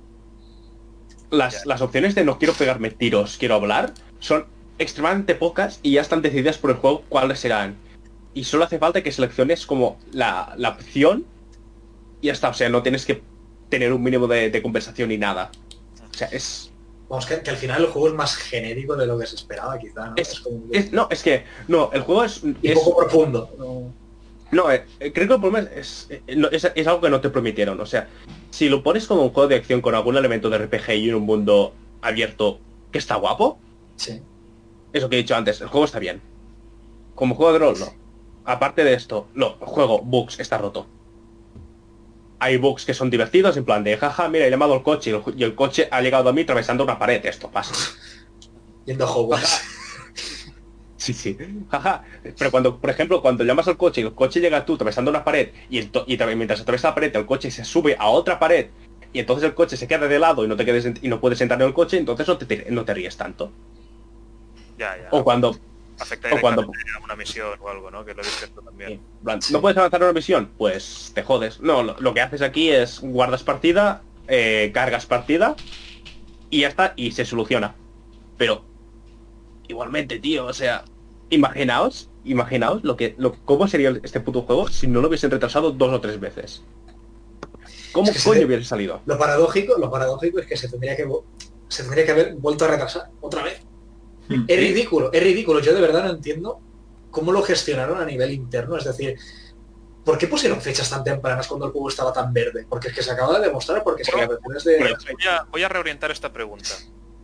las, Ya. las opciones de no quiero pegarme tiros, quiero hablar, son extremadamente pocas y ya están decididas por el juego cuáles serán. Y solo hace falta que selecciones como la, la opción y ya está. O sea, no tienes que tener un mínimo de, de conversación ni nada. O sea, es... Vamos, que, que al final el juego es más genérico de lo que se esperaba, quizá, ¿no? Es, como que- es- no, es que... No, el juego es... y es poco profundo. ¿no? no, eh, eh, creo que el problema es, eh, no, es, es algo que no te prometieron. O sea, si lo pones como un juego de acción con algún elemento de R P G y en un mundo abierto que está guapo, Sí. eso que he dicho antes, el juego está bien. Como juego de rol, no. Aparte de esto, no, el juego, bugs, está roto. Hay bugs que son divertidos, en plan de, jaja, mira, he llamado al coche y el, y el coche ha llegado a mí atravesando una pared. Esto pasa. Yendo a Hogwarts. Sí, sí. Jaja. Pero cuando, por ejemplo, cuando llamas al coche y el coche llega a tú atravesando una pared y, el to- y también mientras atraviesa la pared el coche se sube a otra pared y entonces el coche se queda de lado y no te quedes en- y no puedes entrar en el coche, entonces no te, te- no te ríes tanto. Ya, ya. O cuando Afecta o cuando- directamente a una misión o algo, ¿no? Que lo he visto esto también. en plan, no puedes avanzar en una misión, pues te jodes. No, lo, lo que haces aquí es guardas partida, eh, cargas partida y ya está, y se soluciona. Pero igualmente, tío, o sea, imaginaos, imaginaos lo que, lo, cómo sería este puto juego si no lo hubiesen retrasado dos o tres veces. ¿Cómo Es que se coño te- hubiese salido? Lo paradójico, lo paradójico es que se tendría que vo- se tendría que haber vuelto a retrasar otra vez. Hmm. Es ridículo, es ridículo. Yo de verdad no entiendo cómo lo gestionaron a nivel interno. Es decir, ¿por qué pusieron fechas tan tempranas cuando el juego estaba tan verde? Porque es que se acaba de demostrar, porque es que las versiones de... Pero- Voy a, voy a reorientar esta pregunta.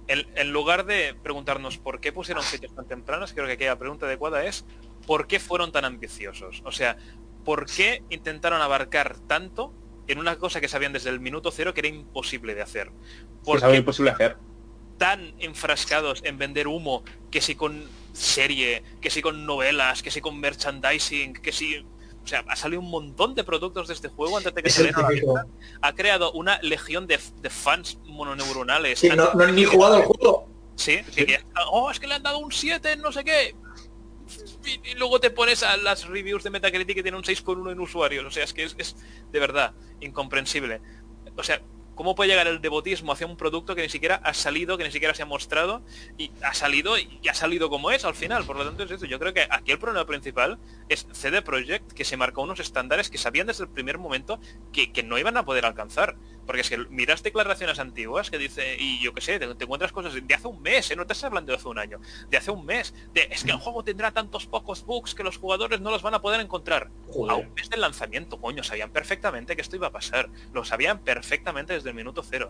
En, en lugar de preguntarnos por qué pusieron fechas tan tempranas, creo que aquí la pregunta adecuada es ¿por qué fueron tan ambiciosos? O sea, ¿por qué intentaron abarcar tanto en una cosa que sabían desde el minuto cero que era imposible de hacer? ¿Por qué es imposible de hacer? Tan enfrascados en vender humo, que si con serie, que si con novelas, que si con merchandising, que si... O sea, ha salido un montón de productos de este juego antes de que saliera la venta. Ha creado una legión de, de fans mononeuronales. Sí, no, no han ni jugado el juego. Sí, sí. Que, oh, es que le han dado un siete en no sé qué. Y, y luego te pones a las reviews de Metacritic que tiene un seis coma uno en usuarios. O sea, es que es, es de verdad incomprensible. O sea, ¿cómo puede llegar el devotismo hacia un producto que ni siquiera ha salido, que ni siquiera se ha mostrado, y ha salido y ha salido como es al final? Por lo tanto es eso. Yo creo que aquí el problema principal es C D Projekt, que se marcó unos estándares que sabían desde el primer momento que, que no iban a poder alcanzar. Porque es que miras declaraciones antiguas que dice, y yo qué sé, te, te encuentras cosas de hace un mes, ¿eh? No te estás hablando de hace un año, de hace un mes, de es que el juego tendrá tantos pocos bugs que los jugadores no los van a poder encontrar. Joder. A un mes del lanzamiento, coño, sabían perfectamente que esto iba a pasar. Lo sabían perfectamente desde el minuto cero.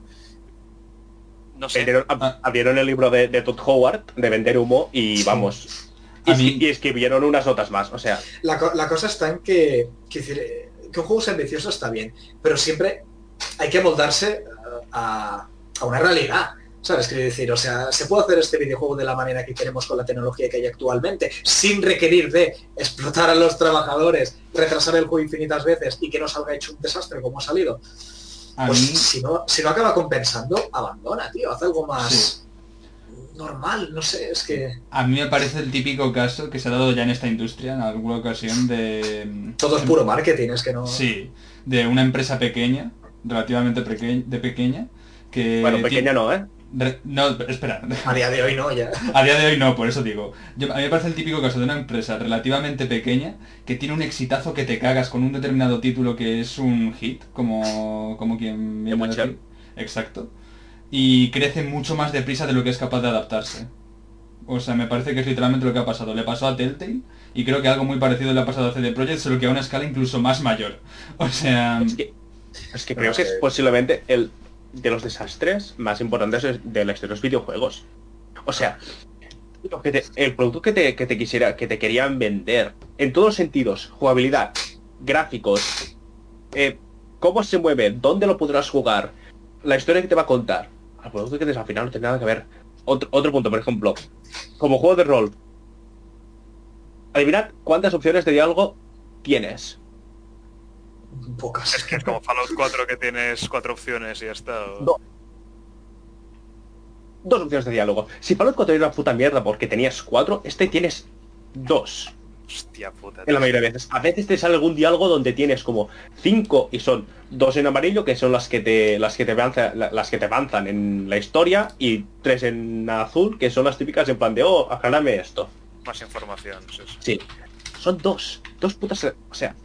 No sé. Vendieron, abrieron el libro de, de Todd Howard de vender humo y vamos. Y, mí... y escribieron unas notas más, o sea. La, la cosa está en que, que, decir, que un juego sea ambicioso está bien, pero siempre hay que moldarse a, a una realidad, ¿sabes? Quiero decir, o sea, se puede hacer este videojuego de la manera que queremos con la tecnología que hay actualmente, sin requerir de explotar a los trabajadores, retrasar el juego infinitas veces y que no salga hecho un desastre como ha salido. A pues mí... si no, si no acaba compensando, abandona, tío, haz algo más sí. normal, no sé, es que... A mí me parece el típico caso que se ha dado ya en esta industria, en alguna ocasión, de... Todo es puro marketing, es que no... Sí, de una empresa pequeña, relativamente peque... de pequeña, que... Bueno, pequeña tiene... no, ¿eh? Re... No, espera. A día de hoy no, ya. A día de hoy no, por eso digo. Yo, a mí me parece el típico caso de una empresa relativamente pequeña que tiene un exitazo que te cagas con un determinado título que es un hit, como, como quien viene a decir. Exacto. Y crece mucho más deprisa de lo que es capaz de adaptarse. O sea, me parece que es literalmente lo que ha pasado. Le pasó a Telltale y creo que algo muy parecido le ha pasado a C D Projekt, solo que a una escala incluso más mayor. O sea... Es que, es que creo que es posiblemente el de los desastres más importantes de la historia de los videojuegos. O sea, lo que te, el producto que te, que te quisiera, que te querían vender, en todos los sentidos, jugabilidad, gráficos, eh, cómo se mueve, dónde lo podrás jugar, la historia que te va a contar, al producto que al final no tiene nada que ver. Otro, otro punto, por ejemplo, como juego de rol, adivinad cuántas opciones de diálogo tienes. Pocas. Es que es como Fallout cuatro que tienes cuatro opciones y ya está. ¿O? No. Dos opciones de diálogo. Si Fallout cuatro era una puta mierda porque tenías cuatro, este tienes dos. Hostia puta. En la mayoría de veces. A veces te sale algún diálogo donde tienes como cinco y son dos en amarillo, que son las que te las que te avanzan, las que te avanzan en la historia, y tres en azul, que son las típicas en plan de oh, aclárame esto. Más información, sí, sí. Sí. Son dos. Dos putas. O sea.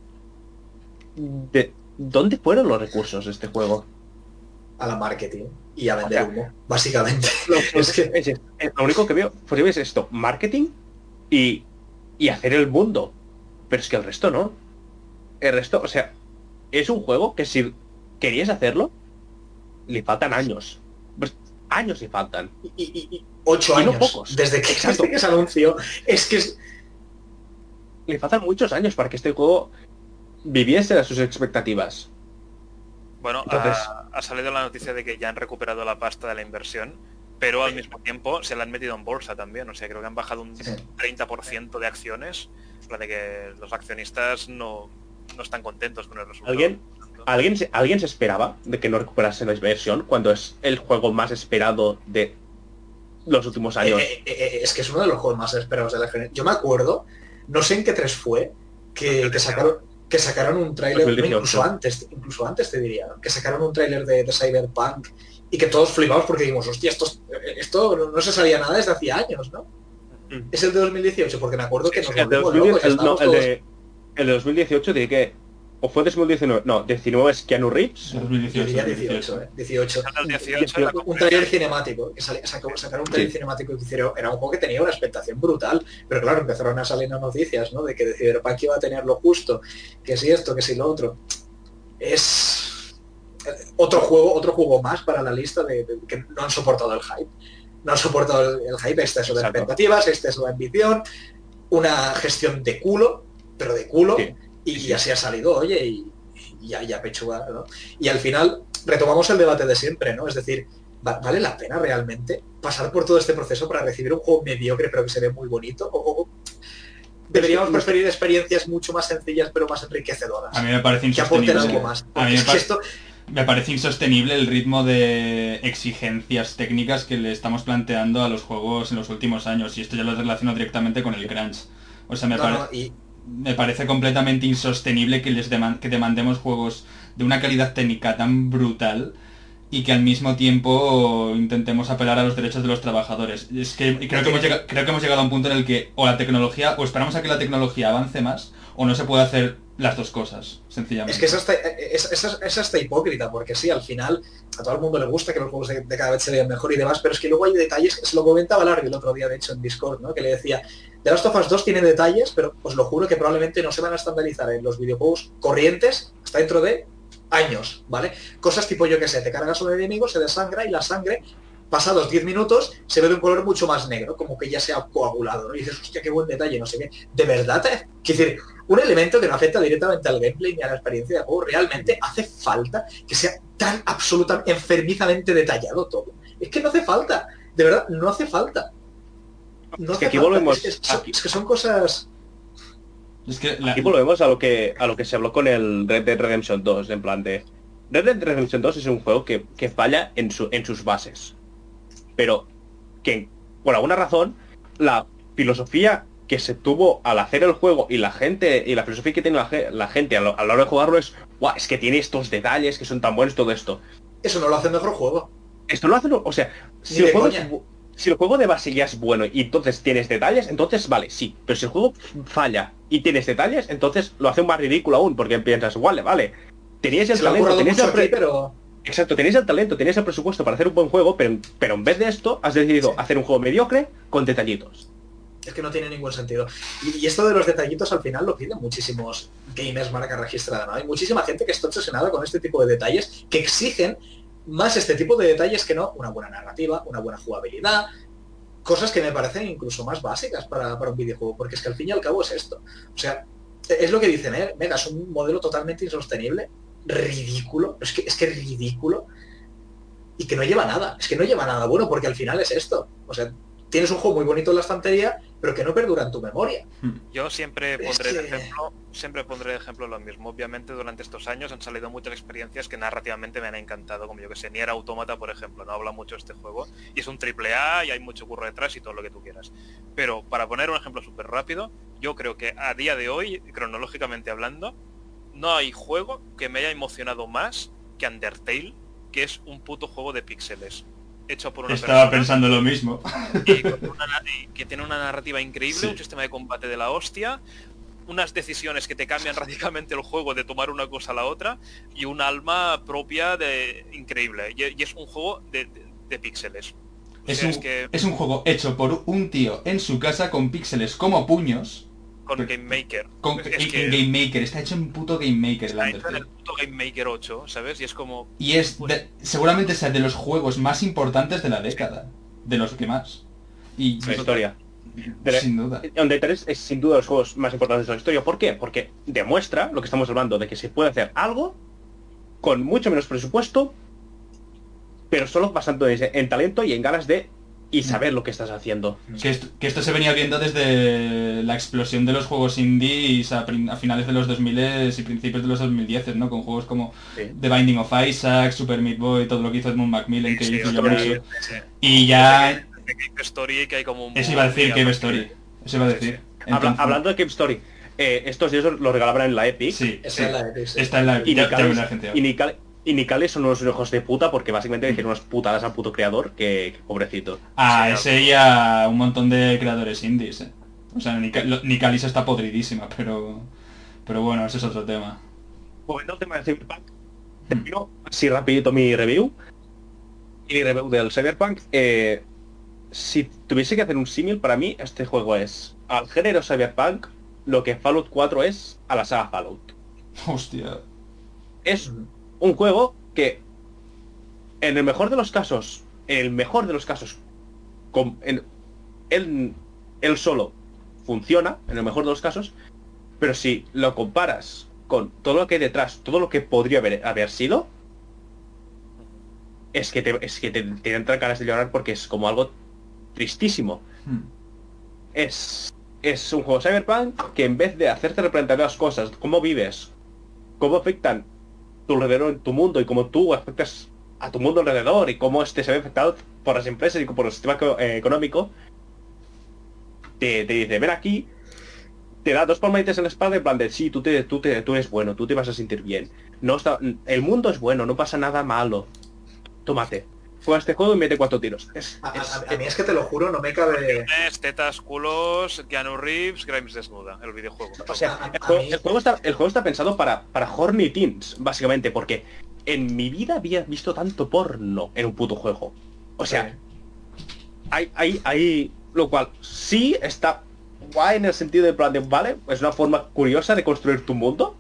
¿De dónde fueron los recursos de este juego? A la marketing y a vender o sea, humo, básicamente. Lo, es que es, es, lo único que veo pues, es esto, marketing y, y hacer el mundo. Pero es que el resto no. El resto, o sea, es un juego que si querías hacerlo, le faltan años. Pues, años le faltan. Y, y, y ocho y años. No pocos. Desde que, desde que se anunció. Es que es... Le faltan muchos años para que este juego viviese a sus expectativas. Bueno, Entonces, ha, ha salido la noticia de que ya han recuperado la pasta de la inversión, pero al mismo tiempo se la han metido en bolsa también. O sea, creo que han bajado un treinta por ciento de acciones, la de que los accionistas no, no están contentos con el resultado. ¿Alguien, ¿alguien, se, ¿Alguien se esperaba de que no recuperase la inversión cuando es el juego más esperado de los últimos años? Eh, eh, eh, es que es uno de los juegos más esperados de la generación. Yo me acuerdo, no sé en qué tres fue, que, que sacaron... que sacaron un tráiler, no, incluso antes, incluso antes te diría, ¿no? Que sacaron un tráiler de, de Cyberpunk y que todos flipamos porque dijimos, hostia, esto, esto no, no se sabía nada desde hacía años, ¿no? Mm. Es el de dos mil dieciocho, porque me acuerdo que nos el, de dos mil diez, el, no, el, de, el de dos mil dieciocho de que o fue dos mil diecinueve, no, diecinueve es Keanu Reeves. dos mil dieciocho, yo diría dieciocho, eh, dieciocho. dieciocho un trailer cinemático, que salía, sacó, sacaron un trailer sí. cinemático que hicieron, era un juego que tenía una expectación brutal, pero claro, empezaron a salir las noticias, ¿no? De que Cyberpunk iba a tener lo justo, que si esto, que si lo otro. Es... otro juego, otro juego más para la lista de, de que no han soportado el hype. No han soportado el, el hype, exceso de Exacto. expectativas, exceso de ambición, una gestión de culo, pero de culo, Sí. y, Sí. y así ha salido, oye, y, y ya, ya pechuga, ¿no? Y al final retomamos el debate de siempre, ¿no? Es decir, ¿va- ¿vale la pena realmente pasar por todo este proceso para recibir un juego mediocre pero que se ve muy bonito? ¿O, o deberíamos preferir experiencias mucho más sencillas pero más enriquecedoras? A mí me parece Que aporten insostenible. algo más. A Porque mí me, es que pa- esto, me parece insostenible el ritmo de exigencias técnicas que le estamos planteando a los juegos en los últimos años, y esto ya lo relaciono directamente con el crunch. O sea, me, no, pare- no, y me parece completamente insostenible que les deman- que demandemos juegos de una calidad técnica tan brutal y que al mismo tiempo intentemos apelar a los derechos de los trabajadores. Es que creo que, hemos llegado, creo que hemos llegado a un punto en el que o la tecnología, o esperamos a que la tecnología avance más, o no se puede hacer las dos cosas, sencillamente. es que es hasta, es, es- es hasta hipócrita, porque sí, al final a todo el mundo le gusta que los juegos de, de cada vez se vean mejor y demás, pero es que luego hay detalles, se lo comentaba Larry el otro día, de hecho, en Discord, ¿no? Que le decía, The Last of Us dos tiene detalles, pero os lo juro que probablemente no se van a estandarizar en los videojuegos corrientes hasta dentro de años, ¿vale? Cosas tipo, yo que sé, te cargas a un enemigo, se desangra y la sangre, pasados diez minutos, se ve de un color mucho más negro, como que ya se ha coagulado, ¿no? Y dices, hostia, qué buen detalle, no sé qué. ¿De verdad? Eh? Quiero decir, un elemento que no afecta directamente al gameplay ni a la experiencia de juego, ¿realmente hace falta que sea tan absolutamente, enfermizamente detallado todo? Es que no hace falta, de verdad, no hace falta. No Es que hace aquí falta. volvemos- Es que, son, aquí- es que son cosas... Es que la- Aquí volvemos a lo que a lo que se habló con el Red Dead Redemption dos, en plan de... Red Dead Redemption dos es un juego que, que falla en, su, en sus bases. Pero que, por alguna razón, la filosofía que se tuvo al hacer el juego y la gente y la filosofía que tiene la, ge- la gente a, lo- a la hora de jugarlo es, guau, es que tiene estos detalles que son tan buenos, todo esto. Eso no lo hace mejor juego. Esto lo hacen, o sea, si Ni el, de juego coña. es bu- si el juego de base ya es bueno y entonces tienes detalles, entonces vale, sí. Pero si el juego falla y tienes detalles, entonces lo hace más ridículo aún, porque piensas, vale, vale, teníais el Se lo ha talento, currado teníais mucho el pre- aquí, pero... Exacto, tenéis el talento, tenéis el presupuesto para hacer un buen juego, pero, pero en vez de esto has decidido Sí. hacer un juego mediocre con detallitos. Es que no tiene ningún sentido. Y, y esto de los detallitos al final lo piden muchísimos gamers marca registrada, ¿no? Hay muchísima gente que está obsesionada con este tipo de detalles, que exigen más este tipo de detalles que no una buena narrativa, una buena jugabilidad, cosas que me parecen incluso más básicas para, para un videojuego, porque es que al fin y al cabo es esto. O sea, es lo que dicen, ¿eh? Venga, es un modelo totalmente insostenible, ridículo, es que es que ridículo, y que no lleva nada, es que no lleva nada bueno, porque al final es esto. O sea, tienes un juego muy bonito en la estantería, pero que no perdura en tu memoria. Yo siempre Es pondré de que- ejemplo, siempre pondré de ejemplo lo mismo. Obviamente durante estos años han salido muchas experiencias que narrativamente me han encantado, como yo que sé, Nier Automata, por ejemplo, no habla mucho de este juego, y es un triple A y hay mucho curro detrás y todo lo que tú quieras. Pero para poner un ejemplo súper rápido, yo creo que a día de hoy, cronológicamente hablando, no hay juego que me haya emocionado más que Undertale, que es un puto juego de píxeles hecho por una estaba persona pensando lo mismo. y con una na- y que tiene una narrativa increíble, Sí. un sistema de combate de la hostia, unas decisiones que te cambian radicalmente el juego de tomar una cosa a la otra y un alma propia de increíble. Y, y es un juego de, de, de píxeles. O Es sea, un, es que es un juego hecho por un tío en su casa con píxeles como puños. con Game Maker. Con, es en, que en Game Maker, está hecho en puto Game Maker el está hecho en Undertale. el puto Game Maker ocho, ¿sabes? Y es como... Y es de- seguramente sea de los juegos más importantes de la década. De los que más. Y La historia. De- sin duda. Undertale es, es sin duda los juegos más importantes de la historia. ¿Por qué? Porque demuestra lo que estamos hablando, de que se puede hacer algo con mucho menos presupuesto, pero solo basándose en talento y en ganas de y saber lo que estás haciendo. Que esto, que esto se venía viendo desde la explosión de los juegos indies a, prin- a finales de los dos mil y principios de los dos mil diez, ¿no? Con juegos como Sí. The Binding of Isaac, Super Meat Boy, todo lo que hizo Edmund Macmillan, que Sí, hizo otro- Yonesu. sí. Y ya... De Cave Story, que hay como un... Eso iba a decir muy Cave aparte. Story. Eso iba a Sí, decir. Habla- Entonces- hablando de Cave Story, eh, estos días lo regalaban en la Epic. Sí, Esa sí. es la Epic, sí. Está en la... Y ya- ya me Nicales, la he genteado. y, Nical- y Nicales son unos hijos de puta porque básicamente dijeron unas putadas al puto creador que, que pobrecito. Ah, Sí, ese y a un montón de creadores indies, eh. O sea, Nica- lo- Nicalis está podridísima, pero... Pero bueno, ese es otro tema. Volviendo al tema de Cyberpunk, termino así rapidito mi review. Y mi review del Cyberpunk. eh, si tuviese que hacer un símil, para mí este juego es al género Cyberpunk lo que Fallout cuatro es a la saga Fallout. Hostia. Es un juego que en el mejor de los casos, en el mejor de los casos, con, en, él, él solo funciona, en el mejor de los casos, pero si lo comparas con todo lo que hay detrás, todo lo que podría haber, haber sido, es que te, es que te, te entran ganas de llorar porque es como algo tristísimo. Hmm. Es, es un juego Cyberpunk que en vez de hacerte replantear las cosas, cómo vives, cómo afectan tu alrededor en tu mundo y cómo tú afectas a tu mundo alrededor y cómo este se ve afectado por las empresas y por el sistema eh, económico, te, te dice, ven aquí, te da dos palmaditas en la espalda en plan de, sí, tú, te, tú, te, tú eres bueno, tú te vas a sentir bien. No está, el mundo es bueno, no pasa nada malo. Tómate. Juega este juego y mete cuatro tiros. Es, A, es, a- a mí es que te lo juro, no me cabe... Tienes tetas, culos, Keanu Reeves, Grimes desnuda, el videojuego. O sea, A- a- el juego, a mí- el juego está, el juego está pensado para, para horny teens, básicamente, porque en mi vida había visto tanto porno en un puto juego. O sea, hay, hay, hay, lo cual sí está guay en el sentido de plan de, vale, es una forma curiosa de construir tu mundo,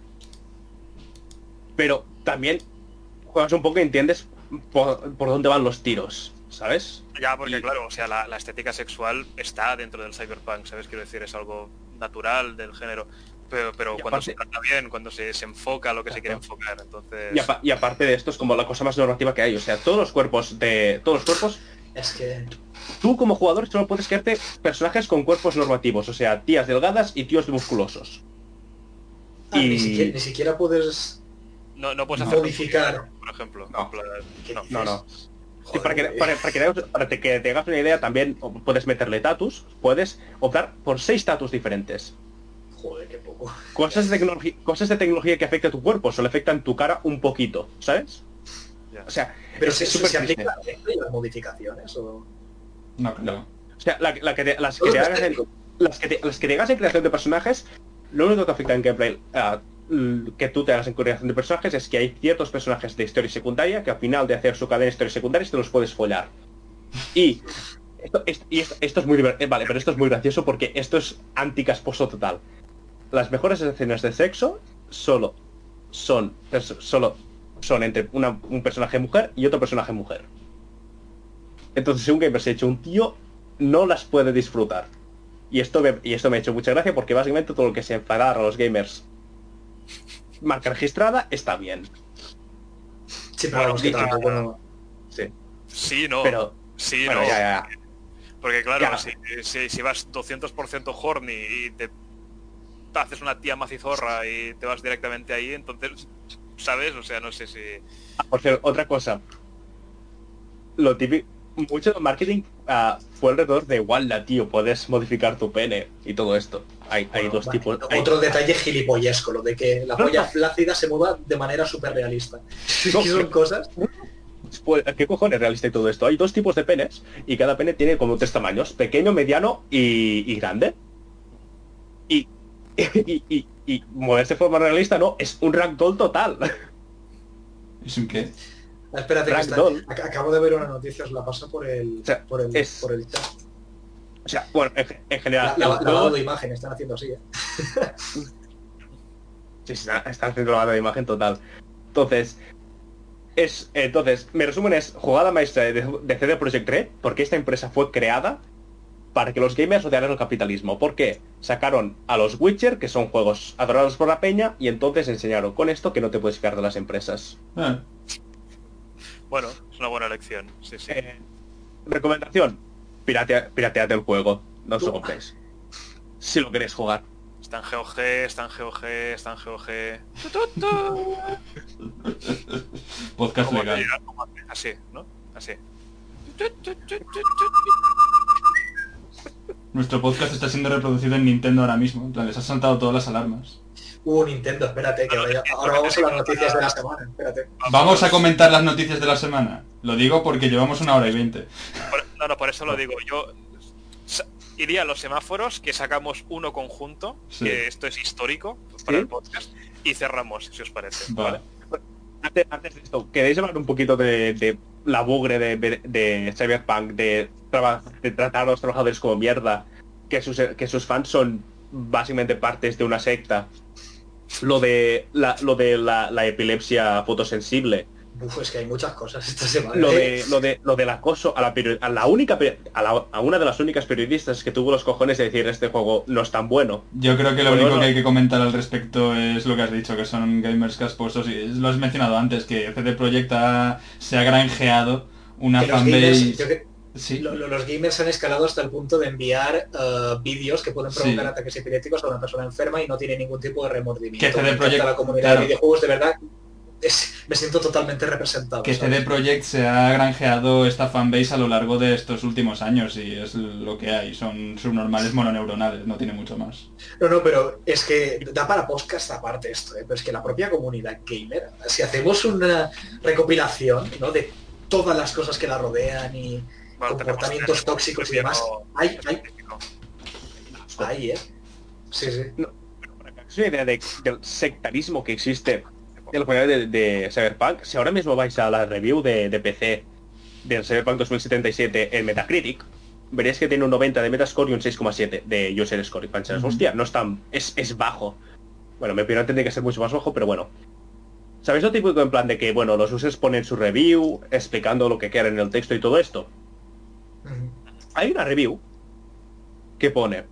pero también juegas un poco y entiendes por, por dónde van los tiros, ¿sabes? Ya, porque Y- claro, o sea, la, la estética sexual está dentro del cyberpunk, ¿sabes? Quiero decir, es algo natural del género. Pero, pero Y cuando aparte- se trata bien, cuando se, se enfoca lo que se quiere Exacto. enfocar, entonces... Y, apa- y aparte de esto es como la cosa más normativa que hay, o sea, todos los cuerpos de todos los cuerpos, Es que... tú como jugador solo puedes crearte personajes con cuerpos normativos, o sea, tías delgadas y tíos musculosos. ah, Y- ni, siquiera, ni siquiera puedes... No, no puedes No. hacer Modificar. por ejemplo. No. En plan, ¿Qué no. dices? No, no. Sí, Joder, para, que, güey. para, para que te hagas, para que te hagas una idea, también puedes meterle tatus, puedes optar por seis tatus diferentes. Joder, qué poco. Cosas de, tecnología, cosas de tecnología que afectan a tu cuerpo, solo afectan tu cara un poquito, ¿sabes? Ya. O sea, Pero es si súper se triste. aplica las modificaciones o... No, creo. No. O sea, la, la que te- las, que te hagas en, las, que te, las que te hagas en creación de personajes, lo único que afecta en gameplay ah, l- que tú te hagas en creación de personajes es que hay ciertos personajes de historia secundaria que al final de hacer su cadena de historias secundarias te los puedes follar. Y esto, es- y esto, esto es muy divertido, vale, pero esto es muy gracioso porque esto es anticasposo total. Las mejores escenas de sexo solo son pers- solo son entre una- un personaje mujer y otro personaje mujer. Entonces si un gamer se ha hecho un tío, no las puede disfrutar. Y esto me, y esto me ha hecho mucha gracia porque básicamente todo lo que sea enfadar a los gamers marca registrada está bien. Sí, pero Bueno, vamos, que dicho- tampoco no... Sí. Sí, no. Pero sí, bueno, no. ya, ya. Porque claro, Ya. si, si, si vas doscientos por ciento horny y te, te haces una tía macizorra y te vas directamente ahí, entonces, ¿sabes? O sea, no sé si... Ah, por cierto, otra cosa. Lo típico, mucho del marketing ah, fue alrededor de Walla, tío, puedes modificar tu pene y todo esto. Hay, hay Bueno, dos vale, tipos. hay- Otro detalle gilipollesco, lo de que la No, polla no. flácida se mueva de manera súper realista. No, que son pero- cosas... Pues, ¿qué cojones realista y todo esto? Hay dos tipos de penes y cada pene tiene como tres tamaños, pequeño, mediano y, y grande. Y, y, y, y moverse de forma realista no, es un ragdoll total. ¿Es un qué? Ah, espérate, que está- Ragdoll. ac- acabo de ver una noticia, os la paso por el, O sea, por el, es- por el chat. O sea, bueno, en, en general, La- el la- juego- lavado de imagen, están haciendo así, ¿eh? Sí, sí, está, está haciendo lavado de imagen total. Entonces, es, entonces, mi resumen es jugada maestra de, de C D Projekt Red, porque esta empresa fue creada para que los gamers odiaran el capitalismo. ¿Por qué? Sacaron a los Witcher, que son juegos adorados por la peña, y entonces enseñaron con esto que no te puedes fiar de las empresas. Ah, Bueno, es una buena elección, sí, sí. Eh, recomendación, piratea, pirateate el juego, no os lo compréis. Si lo queréis jugar. Está en G O G, está en G O G, está en G O G... Tu, tu, tu. podcast ¿Cómo legal. te- cómo te- Así, ¿no? Así. Nuestro podcast está siendo reproducido en Nintendo ahora mismo. En plan, les han saltado todas las alarmas. Uh, Nintendo, espérate, que ahora, ya- ahora vamos a las noticias de la semana, espérate. Vamos a comentar las noticias de la semana. Lo digo porque llevamos una hora y veinte. Por- no, no, por eso lo digo. Yo sa- iría a los semáforos, que sacamos uno conjunto, Sí. que esto es histórico para ¿Sí? el podcast, y cerramos, si os parece. Vale. Antes, antes de esto, ¿queréis hablar un poquito de, de la bugre de, de, de Cyberpunk, de, traba- de tratar a los trabajadores como mierda, que sus, que sus fans son básicamente partes de una secta? Lo de la, lo de la, la epilepsia fotosensible, Uf, es que hay muchas cosas esta semana. Lo ¿eh? de lo de lo del acoso a la peri- a la única pe- a, la- a una de las únicas periodistas que tuvo los cojones de decir este juego no es tan bueno. Yo creo que lo Bueno, único no. que hay que comentar al respecto es lo que has dicho, que son gamers casposos, y lo has mencionado antes, que C D Projekt ha- se ha granjeado una Que los fanbase... gamers, yo que- Sí, lo- lo- los gamers han escalado hasta el punto de enviar eh, vídeos que pueden provocar Sí. ataques epilépticos a una persona enferma y no tiene ningún tipo de remordimiento. Que C D Me encanta Projekt, la comunidad claro. de videojuegos, de verdad, es- me siento totalmente representado. que ¿sabes? C D Projekt se ha granjeado esta fanbase a lo largo de estos últimos años y es lo que hay, son subnormales mononeuronales, no tiene mucho más. No, no, pero es que da para podcast aparte esto, ¿eh? Pero es que la propia comunidad gamer, si hacemos una recopilación, ¿no?, de todas las cosas que la rodean y Bueno, comportamientos tenemos- tóxicos y demás, hay, hay, específico. hay, ¿eh? Sí, sí. Es una idea de- del sectarismo que existe en la comunidad de, de Cyberpunk. Si ahora mismo vais a la review de, de P C del Cyberpunk dos mil setenta y siete en Metacritic, veréis que tiene un noventa de Metascore y un seis coma siete de User Score. Y pensáis, Ujú. hostia, no es tan... Es, es bajo. Bueno, mi opinión tendría que ser mucho más bajo, pero bueno. ¿Sabéis lo típico en plan de que, bueno, los users ponen su review, explicando lo que quieren en el texto y todo esto? Ujú. Hay una review que pone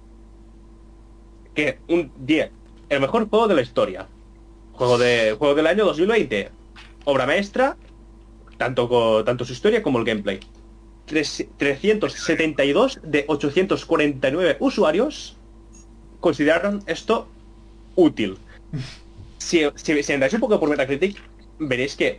que un diez, el mejor juego de la historia, juego de juego del año dos mil veinte, obra maestra, tanto co- tanto su historia como el gameplay. Tres- trescientos setenta y dos de ochocientos cuarenta y nueve usuarios consideraron esto útil. Si, si, si andáis un poco por Metacritic, veréis que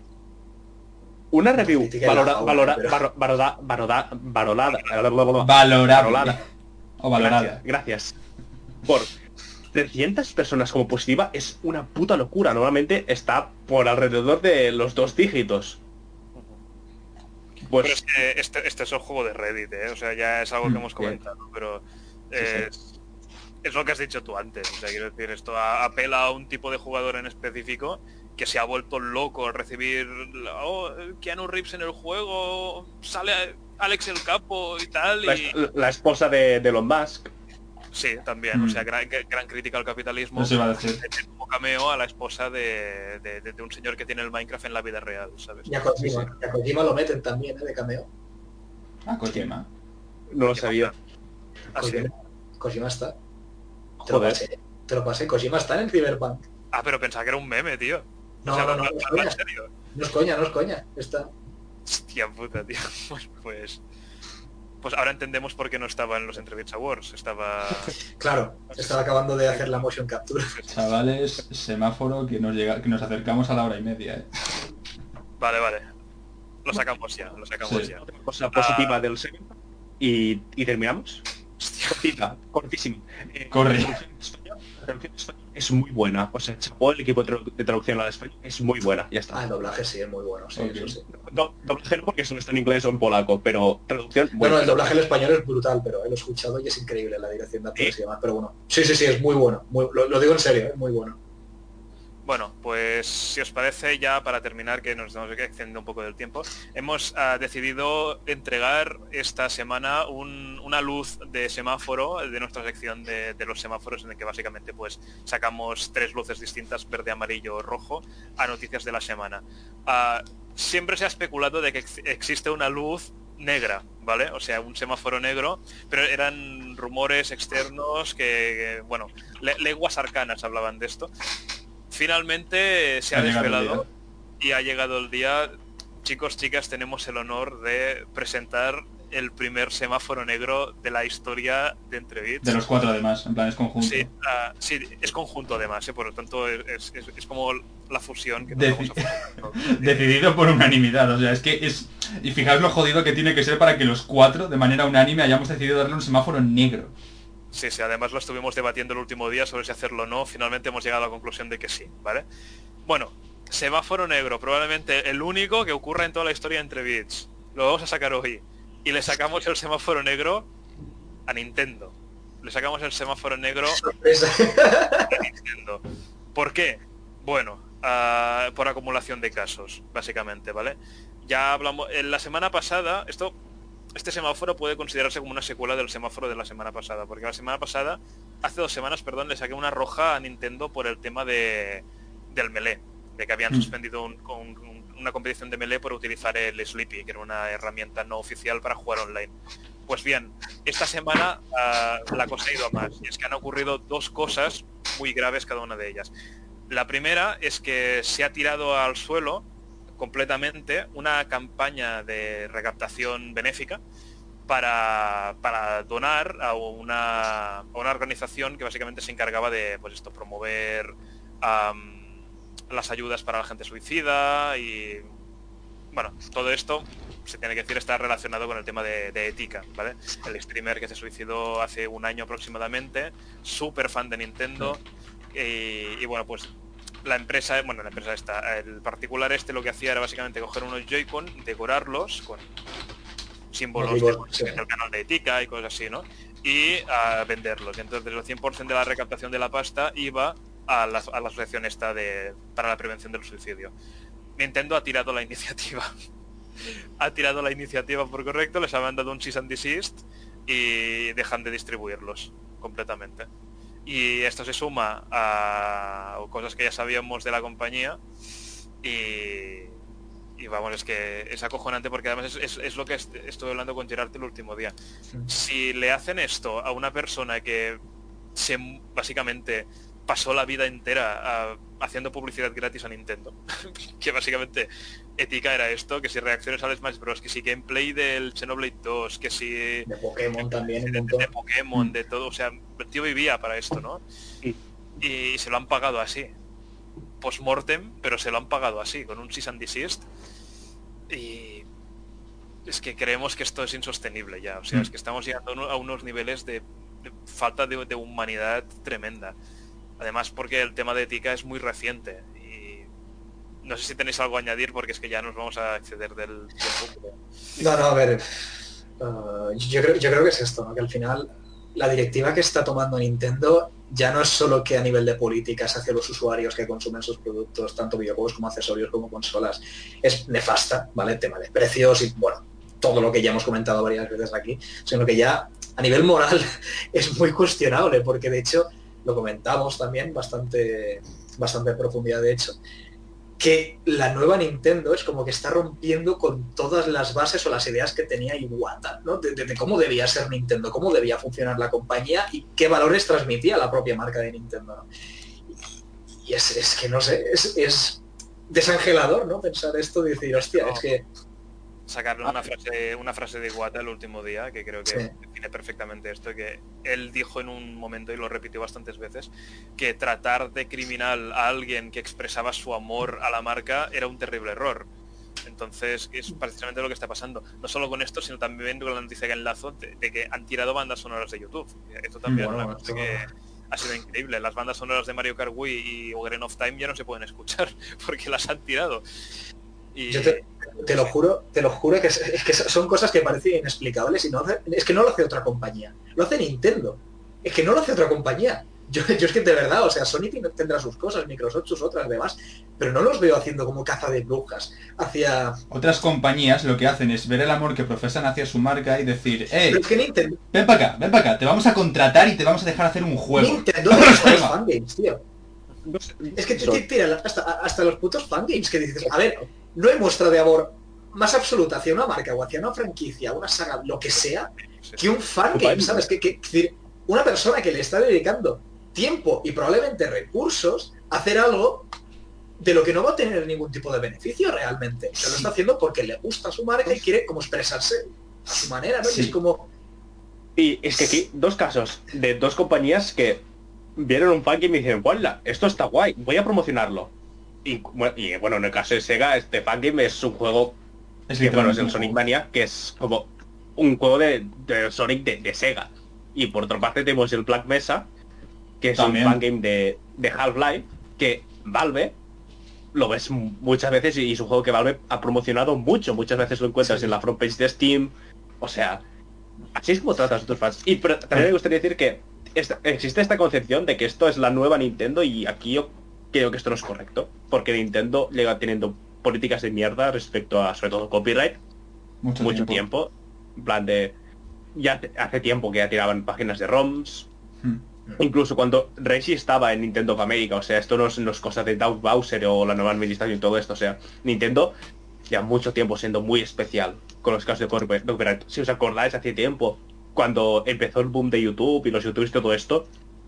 una review Metacritic es la valora, fauna, valora, pero- varo- varoda- varoda- valorada, Valorable. valorada, O valorada. Gracias, gracias. Por trescientas personas como positiva es una puta locura. Normalmente está por alrededor de los dos dígitos. Pues Pero es que este, este es el juego de Reddit, ¿eh? O sea, ya es algo que Mm, hemos sí. comentado, pero Sí, eh, es, es lo que has dicho tú antes. O sea, quiero decir, esto a- apela a un tipo de jugador en específico que se ha vuelto loco al recibir oh, Keanu Reeves en el juego, sale Alex el Capo y tal, la, y la esposa de, de Elon Musk. sí, también, Mm. o sea, gran, gran crítica al capitalismo. Eso iba a decir. de- como cameo a la esposa de, de- de- de un señor que tiene el Minecraft en la vida real, ¿sabes? Y a Kojima, y a Kojima lo meten también, ¿eh?, de cameo. Ah, Kojima. No lo sabía. Así. Kojima, Kojima está. Te lo Joder. pasé, te lo pasé. Kojima está en el Cyberpunk. Ah, pero pensaba que era un meme, tío. No, O sea, no, no, va- no es va- va coña. en serio. No es coña, no es coña. Está. Hostia puta, tío. Pues, pues, pues ahora entendemos por qué no estaba en los Entrevits Awards. Estaba... Claro, estaba acabando de hacer la motion capture. Chavales, semáforo que nos llega, que nos acercamos a la hora y media, eh. Vale, vale. Lo sacamos ya, lo sacamos Sí. ya. Otra cosa positiva Ah. del Cyberpunk. Y, y terminamos. Cortita, cortísima. Eh, Corre. La traducción en español- la traducción en español es muy buena. O sea, chapó el equipo de tradu- de traducción al español. Es muy buena. Ya está. Ah, el doblaje sí, es muy bueno, sí, Ok. eso sí. Do- doblaje no porque solo está en inglés o en polaco, pero traducción Bueno, buena. el doblaje en español es brutal, pero eh, lo he escuchado y es increíble la dirección de actores ¿Sí? y demás, pero bueno. Sí, sí, sí, es muy bueno. muy- lo, lo digo en serio, es muy bueno. Bueno, pues si os parece, ya para terminar, que nos estamos extendiendo un poco del tiempo, hemos ah, decidido entregar esta semana un- una luz de semáforo de nuestra sección de, de los semáforos, en el que básicamente pues sacamos tres luces distintas, verde, amarillo, rojo, a noticias de la semana. Ah, siempre se ha especulado de que ex- existe una luz negra, ¿vale? O sea, un semáforo negro, pero eran rumores externos que, que, bueno, le- lenguas arcanas hablaban de esto. Finalmente se ha Ha llegado el desvelado y ha llegado el día. Chicos, chicas, tenemos el honor de presentar el primer semáforo negro de la historia de Entrebits. De los cuatro además, en plan es conjunto. Sí, ah, sí, es conjunto además, ¿eh? Por lo tanto es, es- es como la fusión que nos Deci- vamos a hacer. Decidido por unanimidad, o sea, es que es... Y fijaos lo jodido que tiene que ser para que los cuatro, de manera unánime, hayamos decidido darle un semáforo negro. Sí, sí, además lo estuvimos debatiendo el último día sobre si hacerlo o no. Finalmente hemos llegado a la conclusión de que sí, ¿vale? Bueno, semáforo negro, probablemente el único que ocurra en toda la historia de Entrebits. Lo vamos a sacar hoy. Y le sacamos el semáforo negro a Nintendo. Le sacamos el semáforo negro Sorpresa. a Nintendo. ¿Por qué? Bueno, ah, por acumulación de casos, básicamente, ¿vale? Ya hablamos... En la semana pasada, esto... Este semáforo puede considerarse como una secuela del semáforo de la semana pasada, porque la semana pasada, hace dos semanas, perdón, le saqué una roja a Nintendo por el tema de del Melee, de que habían Mm. suspendido un, un- un- una competición de Melee por utilizar el Sleepy, que era una herramienta no oficial para jugar online. Pues bien, esta semana uh, la cosa ha ido a más, y es que han ocurrido dos cosas muy graves cada una de ellas. La primera es que se ha tirado al suelo completamente una campaña de recaptación benéfica para, para donar a una, a una organización que básicamente se encargaba de, pues esto, promover um, las ayudas para la gente suicida y, bueno, todo esto se tiene que decir está relacionado con el tema de, de ética, ¿vale? El streamer que se suicidó hace un año aproximadamente, súper fan de Nintendo, y, y bueno, pues la empresa, bueno, la empresa esta, el particular este lo que hacía era básicamente coger unos Joy-Con, decorarlos con símbolos de, sí. del canal de ética y cosas así, ¿no? Y a venderlos. Y entonces el cien por ciento de la recaptación de la pasta iba a la, a la asociación esta de, para la prevención del suicidio. Nintendo ha tirado la iniciativa. ha tirado la iniciativa por correcto, les ha mandado un cease and desist y dejan de distribuirlos completamente. Y esto se suma a cosas que ya sabíamos de la compañía y, y vamos, es que es acojonante porque además es, es, es lo que est estuve hablando con Gerard el último día. Sí. Si le hacen esto a una persona que se básicamente pasó la vida entera uh, haciendo publicidad gratis a Nintendo, que básicamente ética era esto, que si reacciones al Smash Bros, que si gameplay del Xenoblade dos, que si de Pokémon también, de, de, de Pokémon, de todo, o sea, el tío vivía para esto, ¿no? Sí. Y se lo han pagado así, post-mortem, pero se lo han pagado así, con un cease and desist, y es que creemos que esto es insostenible ya, o sea, mm. es que estamos llegando a unos niveles de, de falta de, de humanidad tremenda. Además porque el tema de ética es muy reciente y no sé si tenéis algo a añadir porque es que ya nos vamos a exceder del tiempo. No, no, a ver, uh, yo, creo, yo creo que es esto, ¿no? Que al final la directiva que está tomando Nintendo ya no es solo que a nivel de políticas hacia los usuarios que consumen sus productos, tanto videojuegos como accesorios como consolas, es nefasta, ¿vale? El tema de precios y, bueno, todo lo que ya hemos comentado varias veces aquí, sino que ya a nivel moral es muy cuestionable porque de hecho lo comentamos también bastante bastante en profundidad de hecho, que la nueva Nintendo es como que está rompiendo con todas las bases o las ideas que tenía Iwata, ¿no? De, de, de cómo debía ser Nintendo, cómo debía funcionar la compañía y qué valores transmitía la propia marca de Nintendo, ¿no? Y, y es, es que no sé, es, es desangelador, ¿no? Pensar esto y decir, hostia, es que... Sacarle una frase, una frase de Iwata el último día, que creo que sí. define perfectamente esto, que él dijo en un momento, y lo repitió bastantes veces, que tratar de criminal a alguien que expresaba su amor a la marca era un terrible error. Entonces es precisamente lo que está pasando. No solo con esto, sino también con la noticia que enlazo de, de que han tirado bandas sonoras de YouTube. Esto también bueno, es una cosa que ha sido increíble. Las bandas sonoras de Mario Kart Wii y Ocarina of Time ya no se pueden escuchar porque las han tirado. Y... Yo te, te lo juro, te lo juro que, es, es que son cosas que parecen inexplicables y no hace, es que no lo hace otra compañía, lo hace Nintendo, es que no lo hace otra compañía. Yo, yo es que de verdad, o sea, Sony tendrá sus cosas, Microsoft sus otras demás, pero no los veo haciendo como caza de brujas hacia... Otras compañías lo que hacen es ver el amor que profesan hacia su marca y decir, ¡eh! Es que Nintendo... Ven para acá, ven para acá, te vamos a contratar y te vamos a dejar hacer un juego. Nintendo no es los fangames, tío. Es que te tiran hasta, hasta los putos fangames que dices, a ver, no hay muestra de amor más absoluta hacia una marca o hacia una franquicia, una saga, lo que sea, que un fangame, ¿sabes? Que, que, que una persona que le está dedicando tiempo y probablemente recursos a hacer algo de lo que no va a tener ningún tipo de beneficio realmente. Se lo está haciendo porque le gusta su marca y quiere como expresarse a su manera, ¿no? Sí. Y es como... Y es que aquí, dos casos de dos compañías que vieron un fangame y me dijeron, ¡guau! Esto está guay, voy a promocionarlo. Y bueno, y bueno, en el caso de Sega, este fangame es un juego es que bueno, es el Sonic Mania, que es como un juego de, de Sonic de, de Sega. Y por otra parte tenemos el Black Mesa, que es también un fangame de, de Half-Life, que Valve lo ves muchas veces y es un juego que Valve ha promocionado mucho. Muchas veces lo encuentras sí. en la front page de Steam. O sea, así es como tratas a tus fans. Y pero también me gustaría decir que esta, existe esta concepción de que esto es la nueva Nintendo y aquí yo creo que esto no es correcto, porque Nintendo llega teniendo políticas de mierda respecto a, sobre todo, copyright, mucho, mucho tiempo. tiempo, en plan de, ya hace tiempo que ya tiraban páginas de ROMs, hmm. Incluso cuando Reggie estaba en Nintendo of America, o sea, esto no es, no es cosa de Doug Bowser o la nueva administración y todo esto, o sea, Nintendo ya mucho tiempo siendo muy especial con los casos de copyright. Si os acordáis, hace tiempo, cuando empezó el boom de YouTube y los youtubers y todo esto,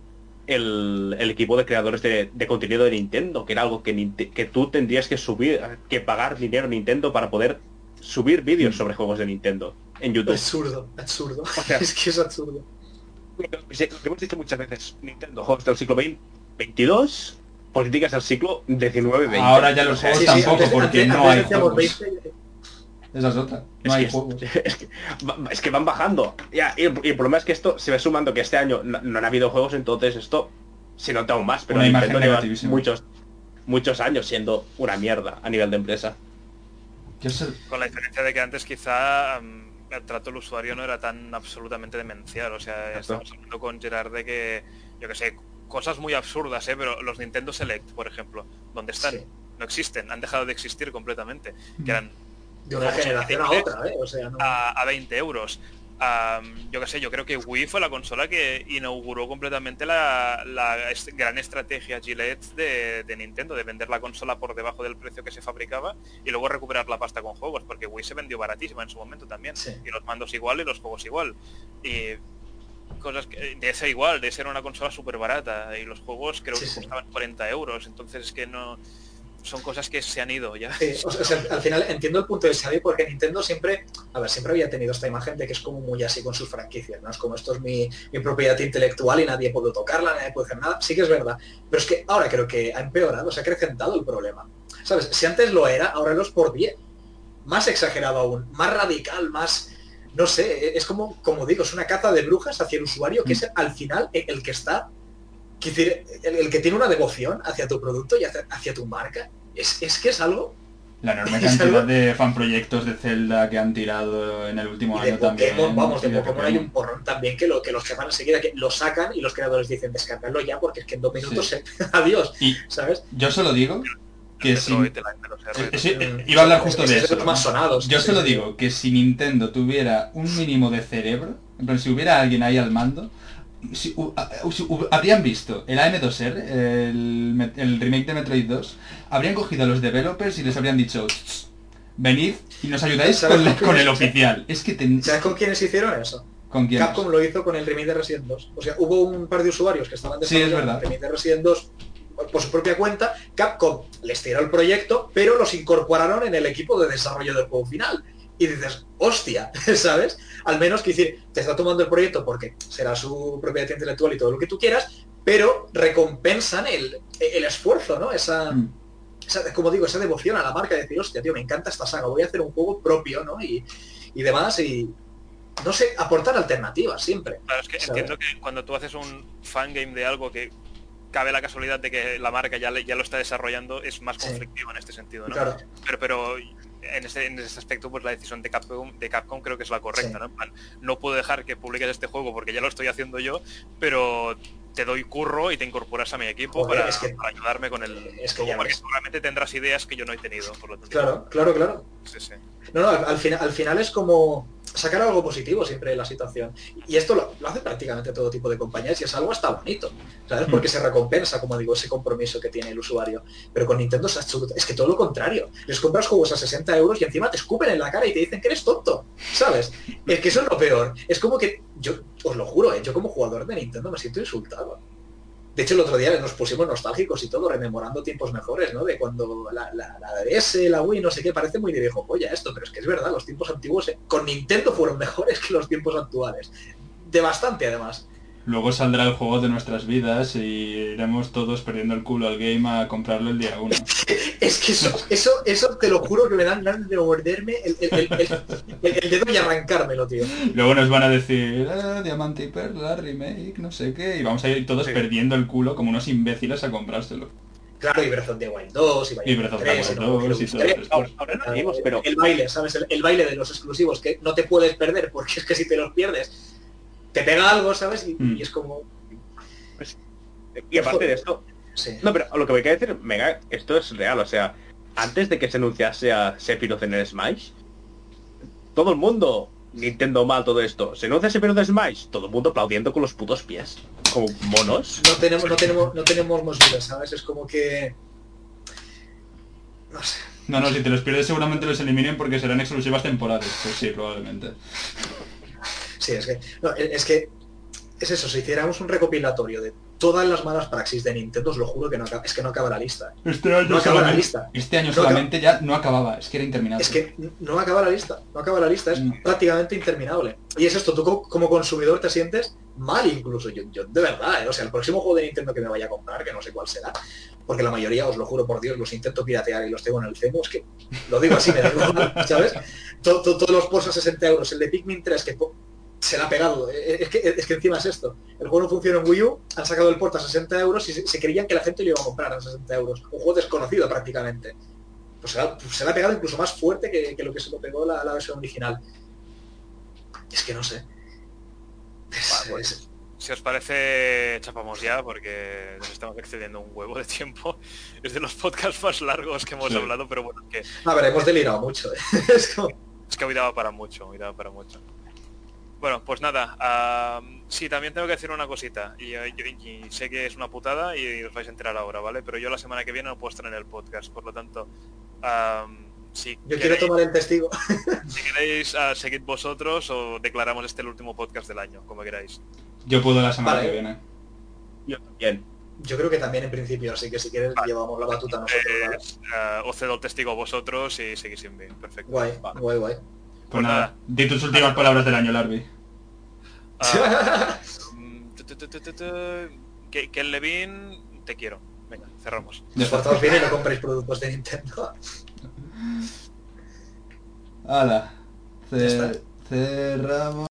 el, el equipo de creadores de, de contenido de Nintendo, que era algo que, que tú tendrías que subir, que pagar dinero a Nintendo para poder subir vídeos sobre juegos de Nintendo en YouTube. Absurdo, absurdo. O sea, es que es absurdo. Lo que hemos dicho muchas veces, Nintendo, juegos del siglo veintidós, políticas del siglo diecinueve veinte. Ahora ya los juegos Sí, sí, tampoco, antes- porque antes- no antes hay decíamos juegos. veinte, Esa es otra. No Es hay que, juegos. es, que, va- es que van bajando. Ya, y, el, y el problema es que esto se va sumando que este año no, no han habido juegos, entonces esto se nota aún más, pero Una Nintendo imagen lleva negativísima. muchos muchos años siendo una mierda a nivel de empresa. Yo sé- Con la diferencia de que antes quizá mm, el trato del usuario no era tan absolutamente demencial. O sea, Exacto. estamos hablando con Gerard de que, yo que sé, cosas muy absurdas, ¿eh? Pero los Nintendo Select, por ejemplo, ¿dónde están? Sí. No existen, han dejado de existir completamente. Que eran de una generación a otra, ¿eh? O sea, no... a, a veinte euros. Um, yo que sé, yo creo que Wii fue la consola que inauguró completamente la, la est gran estrategia Gillette de, de Nintendo, de vender la consola por debajo del precio que se fabricaba y luego recuperar la pasta con juegos, porque Wii se vendió baratísima en su momento también, Sí. y los mandos igual y los juegos igual. Y cosas que, de ese igual, de ser una consola súper barata, y los juegos creo Sí, que sí. costaban cuarenta euros, entonces es que no... Son cosas que se han ido ya. Sí, o sea, o sea, al final entiendo el punto de Xavi porque Nintendo siempre, a ver, siempre había tenido esta imagen de que es como muy así con sus franquicias, ¿no? Es como esto es mi, mi propiedad intelectual y nadie puede tocarla, nadie puede hacer nada. Sí que es verdad, pero es que ahora creo que ha empeorado, se ha acrecentado el problema. ¿Sabes? Si antes lo era, ahora lo es por diez. Más exagerado aún, más radical, más... No sé, es como, como digo, es una caza de brujas hacia el usuario que es al final el, el que está... Quiero decir, el, el que tiene una devoción hacia tu producto y hacia, hacia tu marca. Es, es que es algo... La enorme ¿Es cantidad algo? de fanproyectos de Zelda que han tirado en el último Y de año Pokémon, también. vamos, de y de Pokémon hay un porrón también que lo que los que van enseguida, que lo sacan y los creadores dicen descargarlo ya porque es que en dos minutos Sí. se... adiós, Y ¿sabes? yo solo digo que si... Metroid, el año de los R. Eh, sí, iba a hablar justo Es que de es de eso. los más sonados. Yo Sí, solo sí. digo que si Nintendo tuviera un mínimo de cerebro, en plan, si hubiera alguien ahí al mando, si, u- a- si hu- habrían visto el A M dos R, el, me- el remake de Metroid dos, habrían cogido a los developers y les habrían dicho, "Tss, venid y nos ayudáis ¿Sabes con, con con quién? el oficial". Es que ten... ¿Sabes con quiénes hicieron eso? ¿Con quién? Capcom lo hizo con el remake de Resident dos. O sea, hubo un par de usuarios que estaban Sí, es desarrollando verdad. el remake de Resident dos por su propia cuenta. Capcom les tiró el proyecto, pero los incorporaron en el equipo de desarrollo del juego final. Y dices, hostia, ¿sabes? Al menos que decir, te está tomando el proyecto porque será su propiedad intelectual y todo lo que tú quieras, pero recompensan el, el esfuerzo, ¿no? Esa, Mm. esa, como digo, esa devoción a la marca de decir, hostia, tío, me encanta esta saga, voy a hacer un juego propio, ¿no? Y, y demás, y no sé, aportar alternativas siempre. Claro, es que ¿sabes? entiendo que cuando tú haces un fangame de algo que cabe la casualidad de que la marca ya, le- ya lo está desarrollando, es más Sí. conflictivo en este sentido, ¿no? Claro, Pero, pero en ese, en ese aspecto, pues la decisión de Capcom, de Capcom creo que es la correcta, Sí. ¿no? En plan, no puedo dejar que publiques este juego porque ya lo estoy haciendo yo, pero te doy curro y te incorporas a mi equipo Joder, para, es que- para ayudarme con el es que juego, ya porque ves. seguramente tendrás ideas que yo no he tenido, por lo tanto. claro, claro, claro. Sí, sí. No, no, al, al final, al final es como sacar algo positivo siempre de la situación. Y esto lo, lo hace prácticamente todo tipo de compañías y es algo hasta bonito, ¿sabes? Porque se recompensa, como digo, ese compromiso que tiene el usuario. Pero con Nintendo es absoluto, es que todo lo contrario. Les compras juegos a sesenta euros y encima te escupen en la cara y te dicen que eres tonto, ¿sabes? Es que eso es lo peor. Es como que, yo os lo juro, ¿eh? Yo como jugador de Nintendo me siento insultado. De hecho, el otro día nos pusimos nostálgicos y todo, rememorando tiempos mejores, ¿no? De cuando la, la, la D S, la Wii, no sé qué, parece muy de viejo polla esto, pero es que es verdad, los tiempos antiguos eh, con Nintendo fueron mejores que los tiempos actuales. De bastante, además. Luego saldrá el juego de nuestras vidas y iremos todos perdiendo el culo al game a comprarlo el día uno. Es que eso, eso, eso te lo juro que me dan ganas de morderme el, el, el, el, el- el dedo y arrancármelo, tío. Luego nos van a decir, "Ah, Diamante y Perla, remake, no sé qué", y vamos a ir todos Sí. perdiendo el culo como unos imbéciles a comprárselo. Claro, y Breath of the Wild dos, y, Y Breath of the tres, Wild y no, dos, y Plus todo tres. esto. Ahora, ahora no vimos, pero El baile, ¿sabes? El, el baile de los exclusivos que no te puedes perder porque es que si te los pierdes te pega algo, ¿sabes? Y, Mm. y es como... y aparte de esto, Sí. no, pero lo que voy a decir, Mega, esto es real, o sea, antes de que se anunciase a Sephiroth en el Smash, todo el mundo Nintendo mal, todo esto. Se anuncia ese periodo de Smash, todo el mundo aplaudiendo con los putos pies. Como monos. No tenemos, no tenemos, no tenemos mosquitos, ¿sabes? Es como que... No sé. No, no, si te los pierdes seguramente los eliminen porque serán exclusivas temporales. Pues sí, probablemente. Sí, es que... No, es que... Es eso, si hiciéramos un recopilatorio de todas las malas praxis de Nintendo, os lo juro que no acaba, es que no acaba la lista. Este año No acaba la solamente, lista. este año No solamente ya no acababa, es que era interminable. Es que no acaba la lista, no acaba la lista, es No. prácticamente interminable. Y es esto, tú co- como consumidor te sientes mal incluso, yo, yo de verdad, ¿eh? O sea, el próximo juego de Nintendo que me vaya a comprar, que no sé cuál será, porque la mayoría, os lo juro por Dios, los intento piratear y los tengo en el cemo, es que lo digo así, me da igual, ¿sabes? To- to- Todos los ports a sesenta euros, el de Pikmin tres que po- se la ha pegado, eh, es que, es que encima es esto, el juego no funciona en Wii U, han sacado el port a sesenta euros y se, se creían que la gente lo iba a comprar a sesenta euros, un juego desconocido prácticamente. Pues se la, se la ha pegado incluso más fuerte que, que lo que se lo pegó la, la versión original. Es que no sé. Es- Vale, pues, es- si os parece, chapamos ya, porque nos estamos excediendo un huevo de tiempo. Es de los podcasts más largos que hemos Sí. hablado, pero bueno, que A ver, hemos delirado mucho. ¿eh? Es como... es que hoy daba para mucho, hoy daba para mucho. Bueno, pues nada, ah, sí, también tengo que decir una cosita, y, eh, yo- y sé que es una putada y os vais a enterar ahora, ¿vale? Pero yo la semana que viene no puedo estar en el podcast, por lo tanto, ah, si Yo quiero queréis, tomar el testigo. si queréis ah, seguid vosotros o declaramos este el último podcast del año, como queráis. Yo puedo la semana Vale. que viene. Yo también. Yo creo que también en principio, así que si quieres llevamos la batuta nosotros, ¿vale? Eh, os cedo el testigo a vosotros y seguís sin mí, perfecto. Guay, Vale. guay, guay. Pues Pues nada, nada. di tus últimas palabras del año, Larvi. Ah, mm, tu, tu, tu, tu, tu, tu. Que, que el Levin, te quiero. Venga, cerramos. Ya está. Portaos bien y no compréis productos de Nintendo. Hala. Ya está. Ce- cerramos.